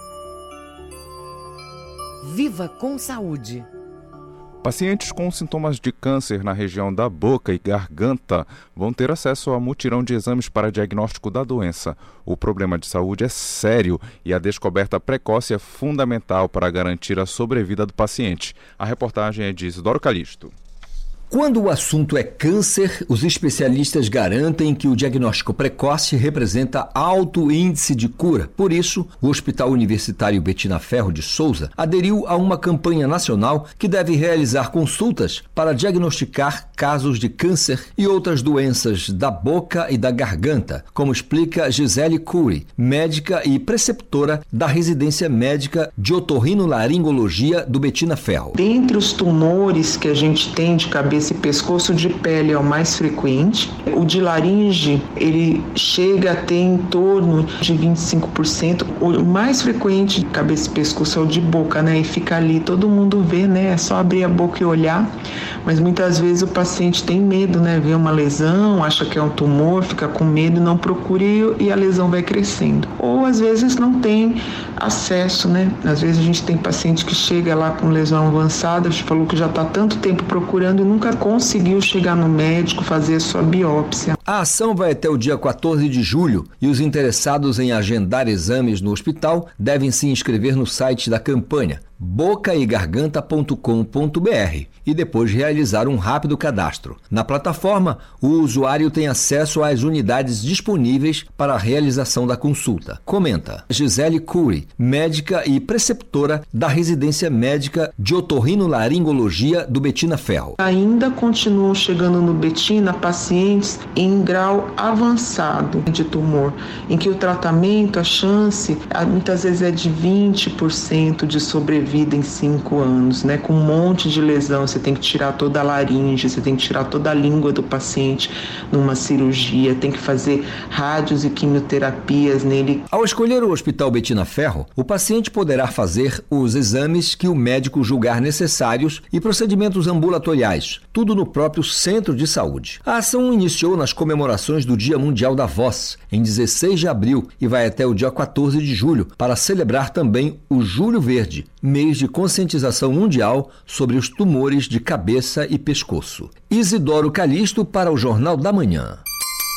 Viva com saúde. Pacientes com sintomas de câncer na região da boca e garganta vão ter acesso a mutirão de exames para diagnóstico da doença. O problema de saúde é sério e a descoberta precoce é fundamental para garantir a sobrevida do paciente. A reportagem é de Isidoro Calixto. Quando o assunto é câncer, os especialistas garantem que o diagnóstico precoce representa alto índice de cura. Por isso, o Hospital Universitário Bettina Ferro de Souza aderiu a uma campanha nacional que deve realizar consultas para diagnosticar casos de câncer e outras doenças da boca e da garganta, como explica Gisele Cury, médica e preceptora da residência médica de otorrinolaringologia do Bettina Ferro. Dentre os tumores que a gente tem de cabeça esse pescoço de pele é o mais frequente. O de laringe, ele chega a ter em torno de vinte e cinco por cento. O mais frequente de cabeça e pescoço é o de boca, né? E fica ali, todo mundo vê, né? É só abrir a boca e olhar. Mas muitas vezes o paciente tem medo, né? Vê uma lesão, acha que é um tumor, fica com medo, não procura e a lesão vai crescendo. Ou às vezes não tem acesso, né? Às vezes a gente tem paciente que chega lá com lesão avançada, a gente falou que já está tanto tempo procurando e nunca conseguiu chegar no médico, fazer a sua biópsia. A ação vai até o dia quatorze de julho e os interessados em agendar exames no hospital devem se inscrever no site da campanha boca e garganta ponto com ponto b r e depois realizar um rápido cadastro. Na plataforma, o usuário tem acesso às unidades disponíveis para a realização da consulta. Comenta Gisele Cury, médica e preceptora da residência médica de otorrinolaringologia do Bettina Ferro. Ainda continuam chegando no Bettina pacientes em grau avançado de tumor, em que o tratamento, a chance, muitas vezes é de vinte por cento de sobrevida em cinco anos, né? Com um monte de lesão, você tem que tirar toda a laringe, você tem que tirar toda a língua do paciente numa cirurgia, tem que fazer rádios e quimioterapias nele. Ao escolher o Hospital Bettina Ferro, o paciente poderá fazer os exames que o médico julgar necessários e procedimentos ambulatoriais, tudo no próprio centro de saúde. A ação iniciou nas comemorações do Dia Mundial da Voz, em dezesseis de abril, e vai até o dia quatorze de julho, para celebrar também o Julho Verde, mês de conscientização mundial sobre os tumores de cabeça e pescoço. Isidoro Calixto para o Jornal da Manhã.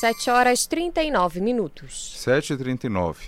sete horas e trinta e nove minutos. sete e trinta e nove.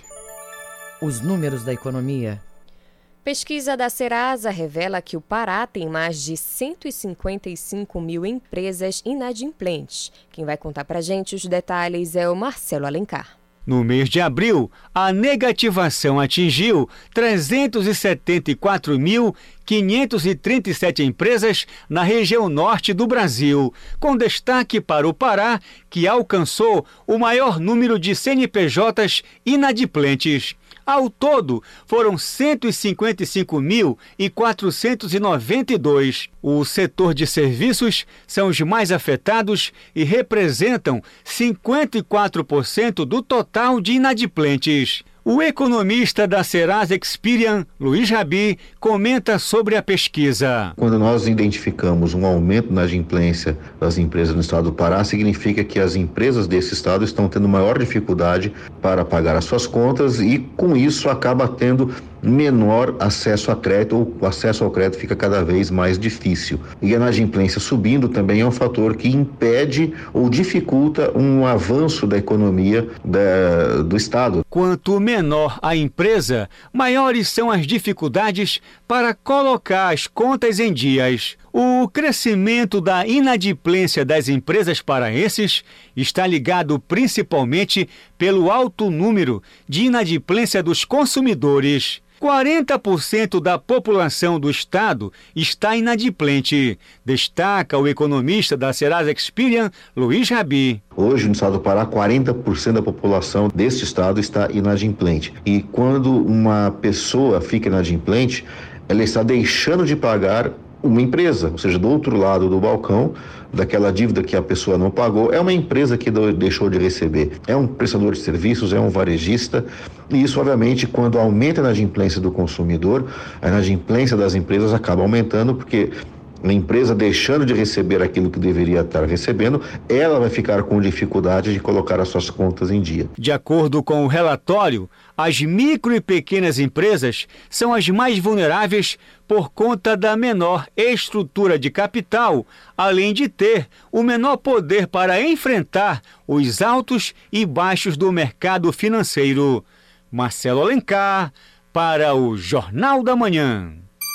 Os números da economia. Pesquisa da Serasa revela que o Pará tem mais de cento e cinquenta e cinco mil empresas inadimplentes. Quem vai contar pra gente os detalhes é o Marcelo Alencar. No mês de abril, a negativação atingiu trezentos e setenta e quatro mil quinhentas e trinta e sete empresas na região norte do Brasil, com destaque para o Pará, que alcançou o maior número de C N P Js inadimplentes. Ao todo, foram cento e cinquenta e cinco mil quatrocentos e noventa e dois. O setor de serviços são os mais afetados e representam cinquenta e quatro por cento do total de inadimplentes. O economista da Serasa Experian, Luiz Rabi, comenta sobre a pesquisa. Quando nós identificamos um aumento na inadimplência das empresas no estado do Pará, significa que as empresas desse estado estão tendo maior dificuldade para pagar as suas contas e, com isso, acaba tendo menor acesso a crédito, ou o acesso ao crédito fica cada vez mais difícil. E a inadimplência subindo também é um fator que impede ou dificulta um avanço da economia da, do estado. Quanto menor a empresa, maiores são as dificuldades para colocar as contas em dias. O crescimento da inadimplência das empresas paraenses está ligado principalmente pelo alto número de inadimplência dos consumidores. quarenta por cento da população do estado está inadimplente, destaca o economista da Serasa Experian, Luiz Rabi. Hoje, no estado do Pará, quarenta por cento da população deste estado está inadimplente. E quando uma pessoa fica inadimplente, ela está deixando de pagar uma empresa, ou seja, do outro lado do balcão, daquela dívida que a pessoa não pagou, é uma empresa que deixou de receber. É um prestador de serviços, é um varejista, e isso, obviamente, quando aumenta a inadimplência do consumidor, a inadimplência das empresas acaba aumentando, porque a empresa deixando de receber aquilo que deveria estar recebendo, ela vai ficar com dificuldade de colocar as suas contas em dia. De acordo com o relatório, as micro e pequenas empresas são as mais vulneráveis por conta da menor estrutura de capital, além de ter o menor poder para enfrentar os altos e baixos do mercado financeiro. Marcelo Alencar, para o Jornal da Manhã.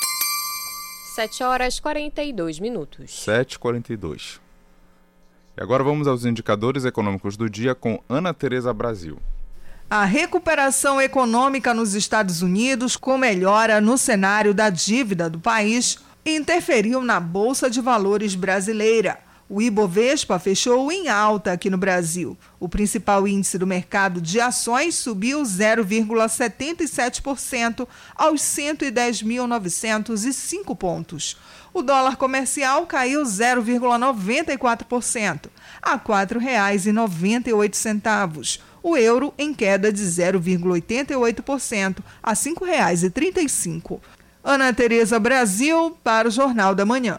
sete horas e quarenta e dois minutos. sete e quarenta e dois. E agora vamos aos indicadores econômicos do dia com Ana Tereza Brasil. A recuperação econômica nos Estados Unidos, com melhora no cenário da dívida do país, interferiu na Bolsa de Valores brasileira. O Ibovespa fechou em alta aqui no Brasil. O principal índice do mercado de ações subiu zero vírgula setenta e sete por cento aos cento e dez mil novecentos e cinco pontos. O dólar comercial caiu zero vírgula noventa e quatro por cento a quatro reais e noventa e oito centavos. O euro em queda de zero vírgula oitenta e oito por cento a cinco reais e trinta e cinco centavos. Ana Tereza Brasil para o Jornal da Manhã.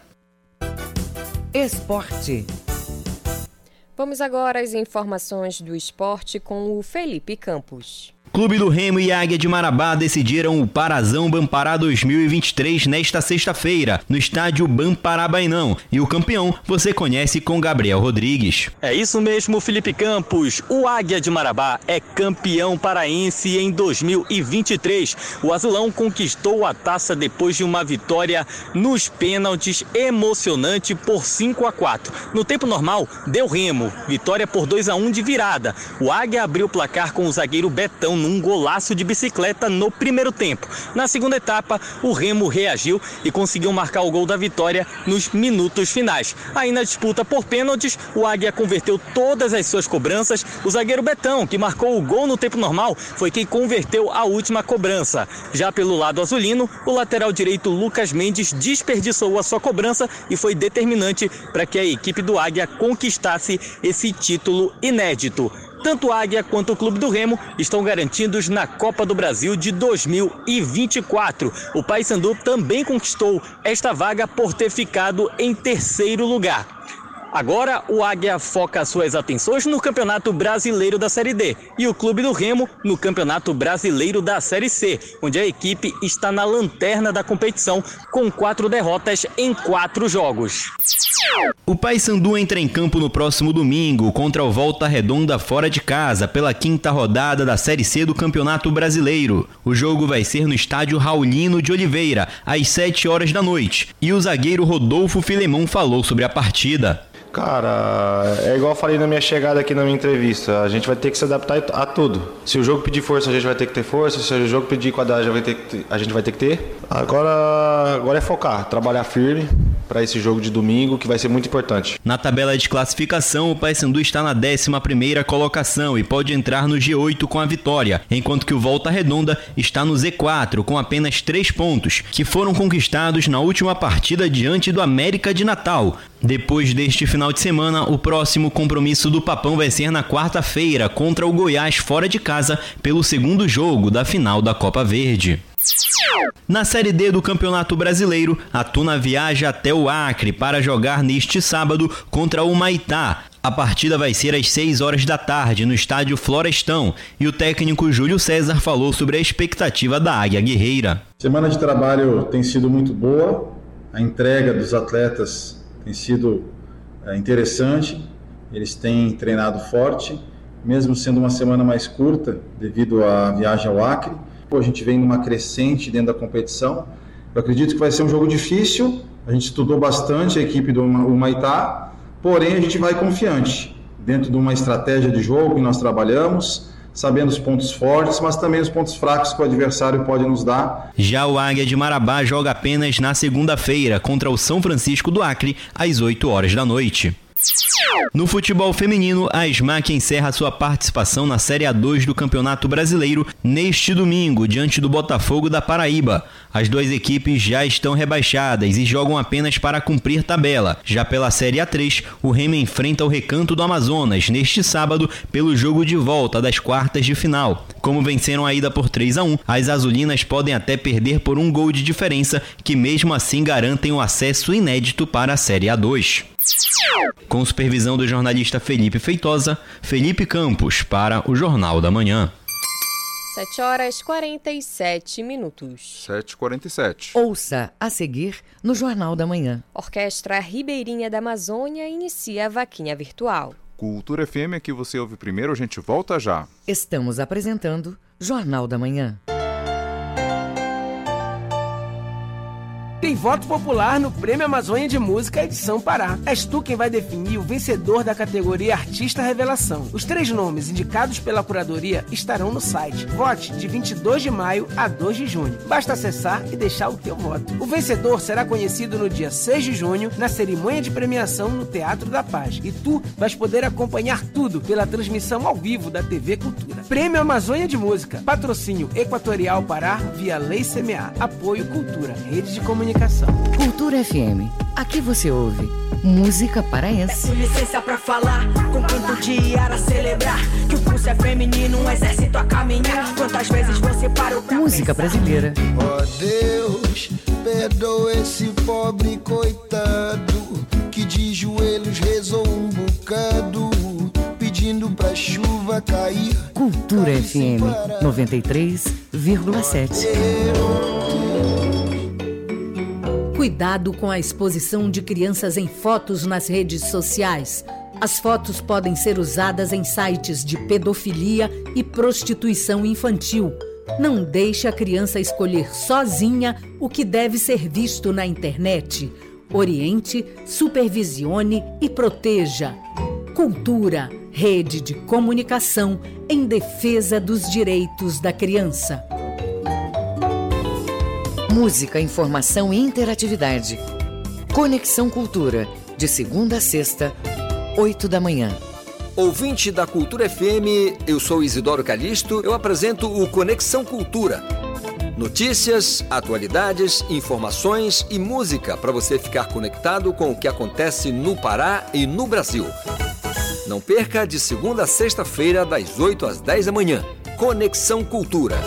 Esporte. Vamos agora às informações do esporte com o Felipe Campos. Clube do Remo e Águia de Marabá decidiram o Parazão Bampará dois mil e vinte e três nesta sexta-feira, no estádio Bamparabainão. E o campeão você conhece com Gabriel Rodrigues. É isso mesmo, Felipe Campos. O Águia de Marabá é campeão paraense em dois mil e vinte e três. O azulão conquistou a taça depois de uma vitória nos pênaltis emocionante por cinco a quatro. No tempo normal, deu Remo. Vitória por dois a um de virada. O Águia abriu o placar com o zagueiro Betão num golaço de bicicleta no primeiro tempo. Na segunda etapa, o Remo reagiu e conseguiu marcar o gol da vitória nos minutos finais. Aí na disputa por pênaltis, o Águia converteu todas as suas cobranças. O zagueiro Betão, que marcou o gol no tempo normal, foi quem converteu a última cobrança. Já pelo lado azulino, o lateral direito Lucas Mendes desperdiçou a sua cobrança e foi determinante para que a equipe do Águia conquistasse esse título inédito. Tanto a Águia quanto o Clube do Remo estão garantidos na Copa do Brasil de dois mil e vinte e quatro. O Paysandu também conquistou esta vaga por ter ficado em terceiro lugar. Agora, o Águia foca suas atenções no Campeonato Brasileiro da Série D e o Clube do Remo no Campeonato Brasileiro da Série C, onde a equipe está na lanterna da competição com quatro derrotas em quatro jogos. O Paysandu entra em campo no próximo domingo contra o Volta Redonda fora de casa pela quinta rodada da Série C do Campeonato Brasileiro. O jogo vai ser no estádio Raulino de Oliveira, às sete horas da noite, e o zagueiro Rodolfo Filemon falou sobre a partida. Cara, é igual eu falei na minha chegada aqui na minha entrevista, a gente vai ter que se adaptar a tudo. Se o jogo pedir força, a gente vai ter que ter força, se o jogo pedir qualidade, a gente vai ter que ter. Agora, agora é focar, trabalhar firme para esse jogo de domingo, que vai ser muito importante. Na tabela de classificação, o Paysandu está na décima primeira colocação e pode entrar no G oito com a vitória, enquanto que o Volta Redonda está no Z quatro com apenas três pontos, que foram conquistados na última partida diante do América de Natal. Depois deste final de semana, o próximo compromisso do Papão vai ser na quarta-feira contra o Goiás fora de casa pelo segundo jogo da final da Copa Verde. Na Série D do Campeonato Brasileiro, a Tuna viaja até o Acre para jogar neste sábado contra o Humaitá. A partida vai ser às seis horas da tarde no estádio Florestão e o técnico Júlio César falou sobre a expectativa da Águia Guerreira. Semana de trabalho tem sido muito boa, a entrega dos atletas tem sido é, interessante, eles têm treinado forte, mesmo sendo uma semana mais curta devido à viagem ao Acre. A gente vem numa crescente dentro da competição. Eu acredito que vai ser um jogo difícil. A gente estudou bastante a equipe do Humaitá, porém a gente vai confiante dentro de uma estratégia de jogo que nós trabalhamos, sabendo os pontos fortes, mas também os pontos fracos que o adversário pode nos dar. Já o Águia de Marabá joga apenas na segunda-feira contra o São Francisco do Acre, às oito horas da noite. No futebol feminino, a SMAC encerra sua participação na Série A dois do Campeonato Brasileiro neste domingo, diante do Botafogo da Paraíba. As duas equipes já estão rebaixadas e jogam apenas para cumprir tabela. Já pela Série A três, o Remo enfrenta o Recanto do Amazonas neste sábado pelo jogo de volta das quartas de final. Como venceram a ida por três a um, as azulinas podem até perder por um gol de diferença, que mesmo assim garantem o acesso inédito para a Série A dois. Com supervisão do jornalista Felipe Feitosa, Felipe Campos para o Jornal da Manhã. sete horas e quarenta e sete minutos. sete e quarenta e sete. Ouça a seguir no Jornal da Manhã. Orquestra Ribeirinha da Amazônia inicia a vaquinha virtual. Cultura F M, aqui você ouve primeiro, a gente volta já. Estamos apresentando Jornal da Manhã. Tem voto popular no Prêmio Amazônia de Música Edição Pará. És tu quem vai definir o vencedor da categoria Artista Revelação. Os três nomes indicados pela curadoria estarão no site. Vote de vinte e dois de maio a dois de junho. Basta acessar e deixar o teu voto. O vencedor será conhecido no dia seis de junho, na cerimônia de premiação no Teatro da Paz. E tu vais poder acompanhar tudo pela transmissão ao vivo da T V Cultura. Prêmio Amazônia de Música. Patrocínio Equatorial Pará via Lei C M A. Apoio Cultura. Rede de Comunicação. Cultura F M. Aqui você ouve música paraense. Peço licença pra falar, com quanto dia a celebrar que o pulso é feminino, um exército a caminhar. Quantas vezes você parou pra música pensar? Brasileira. Ó oh Deus, perdoa esse pobre coitado que de joelhos rezou um bocado, pedindo pra chuva cair. Cultura F M noventa e três vírgula sete. Cuidado com a exposição de crianças em fotos nas redes sociais. As fotos podem ser usadas em sites de pedofilia e prostituição infantil. Não deixe a criança escolher sozinha o que deve ser visto na internet. Oriente, supervisione e proteja. Cultura, rede de comunicação em defesa dos direitos da criança. Música, informação e interatividade. Conexão Cultura, de segunda a sexta, oito da manhã. Ouvinte da Cultura F M, eu sou Isidoro Calixto, eu apresento o Conexão Cultura. Notícias, atualidades, informações e música para você ficar conectado com o que acontece no Pará e no Brasil. Não perca, de segunda a sexta-feira, das oito às dez da manhã. Conexão Cultura.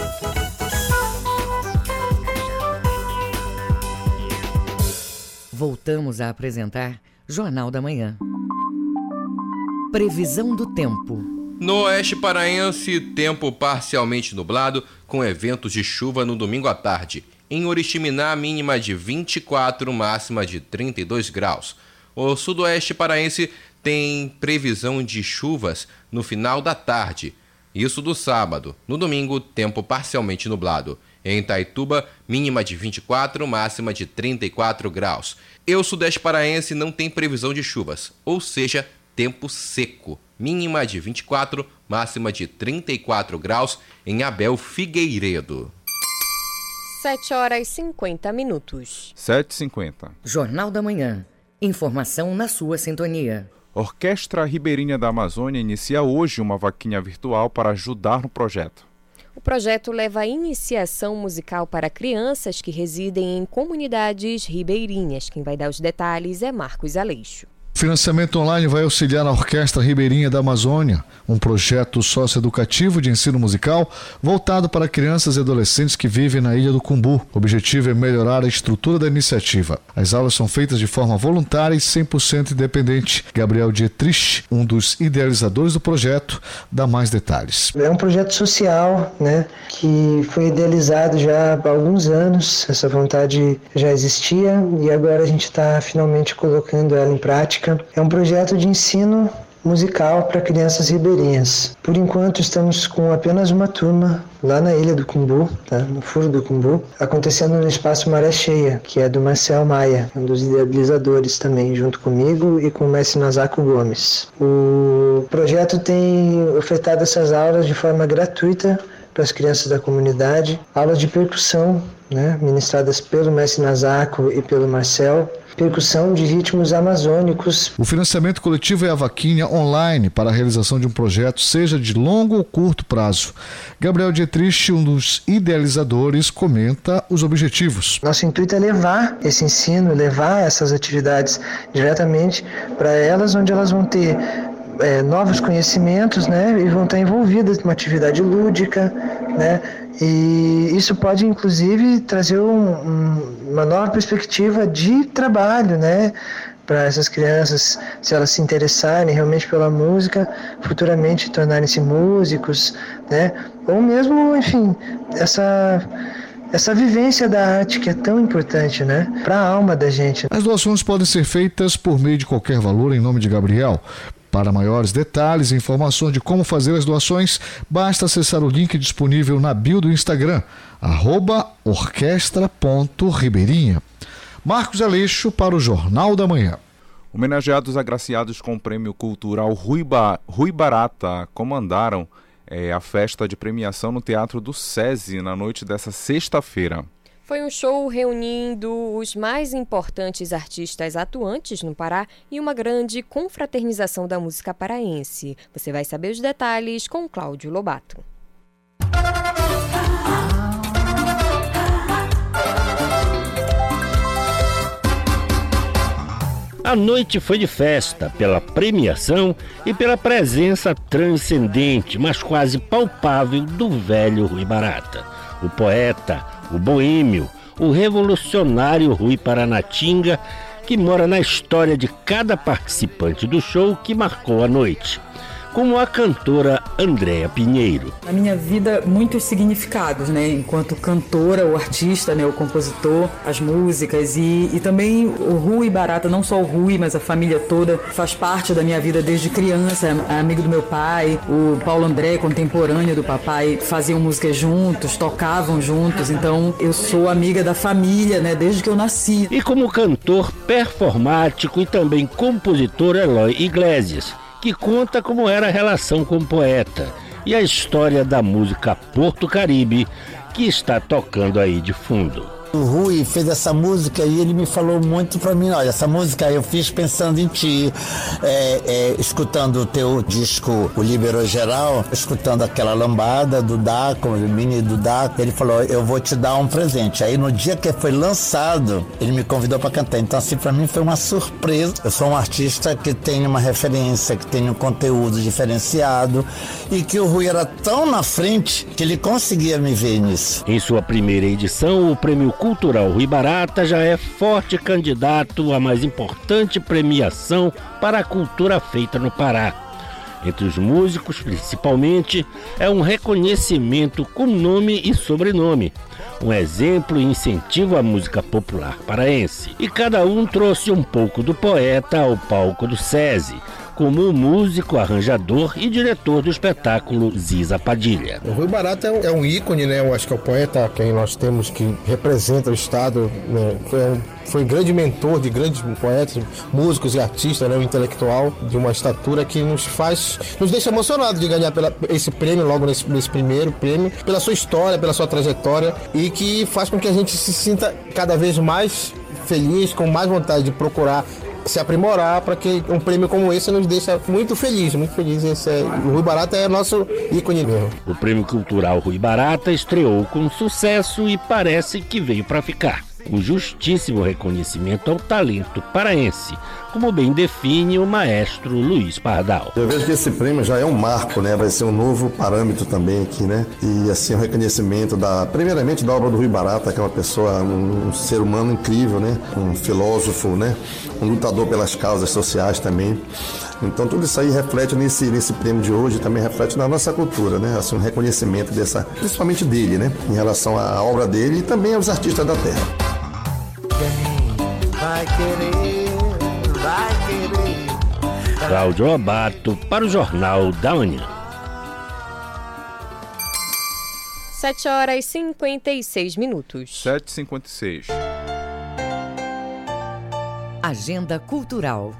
Voltamos a apresentar Jornal da Manhã. Previsão do tempo. No oeste paraense, tempo parcialmente nublado, com eventos de chuva no domingo à tarde. Em Oriximiná, mínima de vinte e quatro, máxima de trinta e dois graus. O sudoeste paraense tem previsão de chuvas no final da tarde. Isso do sábado. No domingo, tempo parcialmente nublado. Em Itaituba, mínima de vinte e quatro, máxima de trinta e quatro graus. E o sudeste paraense não tem previsão de chuvas, ou seja, tempo seco. Mínima de vinte e quatro, máxima de trinta e quatro graus em Abel Figueiredo. sete horas e cinquenta minutos. sete e cinquenta. Jornal da Manhã. Informação na sua sintonia. Orquestra Ribeirinha da Amazônia inicia hoje uma vaquinha virtual para ajudar no projeto. O projeto leva a iniciação musical para crianças que residem em comunidades ribeirinhas. Quem vai dar os detalhes é Marcos Aleixo. O financiamento online vai auxiliar a Orquestra Ribeirinha da Amazônia, um projeto socioeducativo de ensino musical voltado para crianças e adolescentes que vivem na Ilha do Cumbu. O objetivo é melhorar a estrutura da iniciativa. As aulas são feitas de forma voluntária e cem por cento independente. Gabriel Dietrich, um dos idealizadores do projeto, dá mais detalhes. É um projeto social, né, que foi idealizado já há alguns anos. Essa vontade já existia e agora a gente está finalmente colocando ela em prática. É um projeto de ensino musical para crianças ribeirinhas. Por enquanto estamos com apenas uma turma lá na Ilha do Cumbu, tá? No Furo do Cumbu, acontecendo no Espaço Maré Cheia, que é do Marcel Maia, um dos idealizadores também, junto comigo e com o mestre Nazaco Gomes. O projeto tem ofertado essas aulas de forma gratuita para as crianças da comunidade, aulas de percussão, né, ministradas pelo mestre Nazaco e pelo Marcel, percussão de ritmos amazônicos. O financiamento coletivo é a vaquinha online para a realização de um projeto, seja de longo ou curto prazo. Gabriel Dietrich, um dos idealizadores, comenta os objetivos. Nosso intuito é levar esse ensino, levar essas atividades diretamente para elas, onde elas vão ter é, novos conhecimentos, né, e vão estar envolvidas numa atividade lúdica, né, e isso pode inclusive trazer um, um, uma nova perspectiva de trabalho, né, para essas crianças, se elas se interessarem realmente pela música, futuramente tornarem-se músicos, né, ou mesmo, enfim, essa essa vivência da arte que é tão importante, né, para a alma da gente. As doações podem ser feitas por meio de qualquer valor em nome de Gabriel. Para maiores detalhes e informações de como fazer as doações, basta acessar o link disponível na bio do Instagram, arroba orquestra ponto ribeirinha. Marcos Aleixo para o Jornal da Manhã. Homenageados agraciados com o Prêmio Cultural Rui, ba... Rui Barata comandaram é, a festa de premiação no Teatro do SESI na noite dessa sexta-feira. Foi um show reunindo os mais importantes artistas atuantes no Pará e uma grande confraternização da música paraense. Você vai saber os detalhes com Cláudio Lobato. A noite foi de festa pela premiação e pela presença transcendente, mas quase palpável do velho Rui Barata. O poeta, o boêmio, o revolucionário Rui Paranatinga, que mora na história de cada participante do show que marcou a noite. Como a cantora Andréa Pinheiro. Na minha vida, muitos significados, né? Enquanto cantora, o artista, né? O compositor, as músicas e, e também o Rui Barata, não só o Rui, mas a família toda faz parte da minha vida desde criança, é amigo do meu pai, o Paulo André, contemporâneo do papai, faziam músicas juntos, tocavam juntos, então eu sou amiga da família, né? Desde que eu nasci. E como cantor performático e também compositor Eloy Iglesias, que conta como era a relação com o poeta e a história da música Porto Caribe, que está tocando aí de fundo. O Rui fez essa música e ele me falou muito pra mim, olha, essa música eu fiz pensando em ti, é, é, escutando o teu disco, o Libero Geral, escutando aquela lambada do Daco, o mini do Daco, ele falou, eu vou te dar um presente. Aí no dia que foi lançado, ele me convidou pra cantar, então assim pra mim foi uma surpresa. Eu sou um artista que tem uma referência, que tem um conteúdo diferenciado e que o Rui era tão na frente que ele conseguia me ver nisso. Em sua primeira edição, o Prêmio Cultural Rui Barata já é forte candidato à mais importante premiação para a cultura feita no Pará. Entre os músicos, principalmente, é um reconhecimento com nome e sobrenome, um exemplo e incentivo à música popular paraense. E cada um trouxe um pouco do poeta ao palco do SESI, como o músico, arranjador e diretor do espetáculo Ziza Padilha. O Rui Barata é um, é um ícone, né? Eu acho que é o poeta quem nós temos que representa o Estado, né? Foi um Foi grande mentor de grandes poetas, músicos e artistas, né? Um intelectual de uma estatura que nos faz, nos deixa emocionados de ganhar pela, esse prêmio, logo nesse, nesse primeiro prêmio, pela sua história, pela sua trajetória, e que faz com que a gente se sinta cada vez mais feliz, com mais vontade de procurar se aprimorar, para que um prêmio como esse nos deixa muito feliz, muito feliz. Esse é, o Rui Barata é nosso ícone mesmo. O Prêmio Cultural Rui Barata estreou com sucesso e parece que veio para ficar. Um justíssimo reconhecimento ao talento paraense, como bem define o maestro Luiz Pardal. Eu vejo que esse prêmio já é um marco, né? Vai ser um novo parâmetro também aqui, né? E assim, um reconhecimento da, primeiramente da obra do Rui Barata, que é uma pessoa, um, um ser humano incrível, né? Um filósofo, né? Um lutador pelas causas sociais também. Então tudo isso aí reflete nesse, nesse prêmio de hoje, também reflete na nossa cultura, né? Assim, um reconhecimento dessa, principalmente dele, né? Em relação à obra dele e também aos artistas da terra. Vai querer, vai querer. Cláudio Lobato para o Jornal da Manhã. sete horas e cinquenta e seis minutos. sete e cinquenta e seis. Agenda Cultural.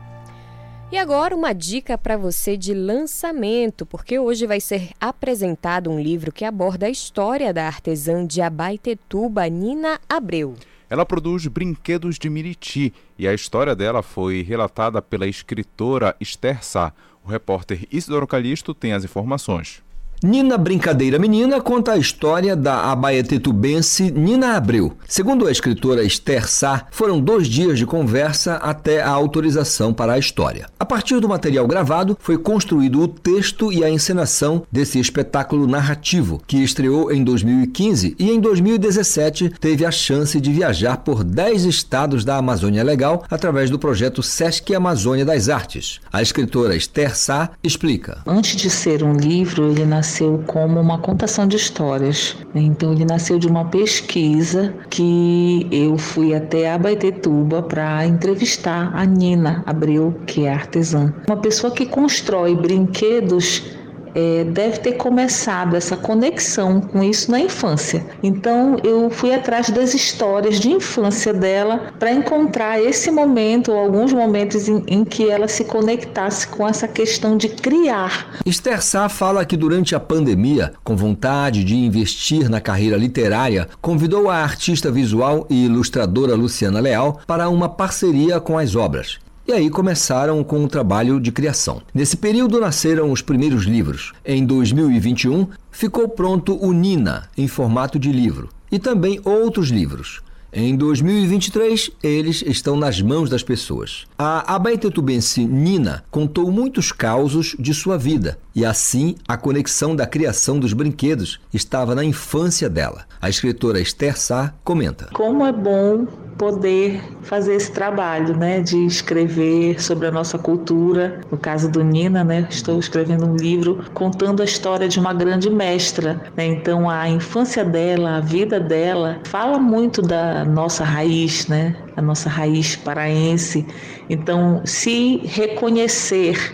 E agora uma dica para você de lançamento, porque hoje vai ser apresentado um livro que aborda a história da artesã de Abaetetuba, Nina Abreu. Ela produz brinquedos de Miriti e a história dela foi relatada pela escritora Esther Sá. O repórter Isidoro Calixto tem as informações. Nina Brincadeira Menina conta a história da abaetetubense Nina Abreu. Segundo a escritora Esther Sá, foram dois dias de conversa até a autorização para a história. A partir do material gravado, foi construído o texto e a encenação desse espetáculo narrativo, que estreou em dois mil e quinze e em dois mil e dezessete teve a chance de viajar por dez estados da Amazônia Legal através do projeto Sesc Amazônia das Artes. A escritora Esther Sá explica. Antes de ser um livro, ele nasceu nasceu como uma contação de histórias. Então ele nasceu de uma pesquisa que eu fui até Abaetetuba para entrevistar a Nina Abreu, que é artesã. Uma pessoa que constrói brinquedos É, deve ter começado essa conexão com isso na infância. Então eu fui atrás das histórias de infância dela para encontrar esse momento ou alguns momentos em, em que ela se conectasse com essa questão de criar. Esther Sá fala que durante a pandemia, com vontade de investir na carreira literária, convidou a artista visual e ilustradora Luciana Leal para uma parceria com as obras. E aí começaram com o trabalho de criação. Nesse período nasceram os primeiros livros. Em dois mil e vinte e um, ficou pronto o Nina, em formato de livro, e também outros livros. Em dois mil e vinte e três, eles estão nas mãos das pessoas. A abaetetubense Nina contou muitos causos de sua vida, e assim a conexão da criação dos brinquedos estava na infância dela. A escritora Esther Sá comenta. Como é bom poder fazer esse trabalho, né, de escrever sobre a nossa cultura. No caso do Nina, né, estou escrevendo um livro contando a história de uma grande mestra, né? Então a infância dela, a vida dela, fala muito da nossa raiz, né, a nossa raiz paraense. Então, se reconhecer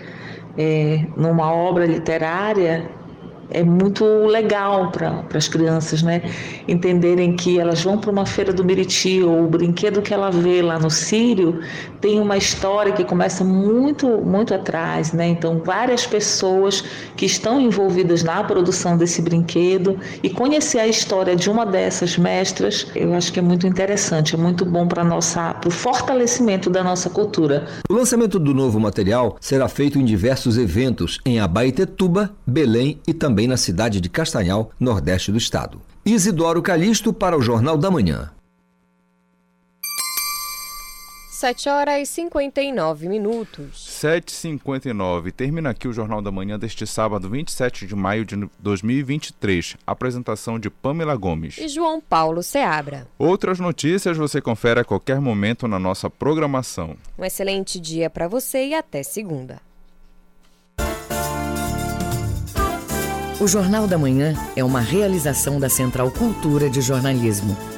é, numa obra literária é muito legal para as crianças, né? Entenderem que elas vão para uma feira do Miriti ou o brinquedo que ela vê lá no Sírio tem uma história que começa muito, muito atrás, né? Então, várias pessoas que estão envolvidas na produção desse brinquedo e conhecer a história de uma dessas mestras, eu acho que é muito interessante, é muito bom para nossa, para o fortalecimento da nossa cultura. O lançamento do novo material será feito em diversos eventos em Abaetetuba, Belém e também também na cidade de Castanhal, nordeste do estado. Isidoro Calixto para o Jornal da Manhã. sete horas e cinquenta e nove minutos. sete e cinquenta e nove. Termina aqui o Jornal da Manhã deste sábado, vinte e sete de maio de dois mil e vinte e três. Apresentação de Pamela Gomes e João Paulo Seabra. Outras notícias você confere a qualquer momento na nossa programação. Um excelente dia para você e até segunda. O Jornal da Manhã é uma realização da Central Cultura de Jornalismo.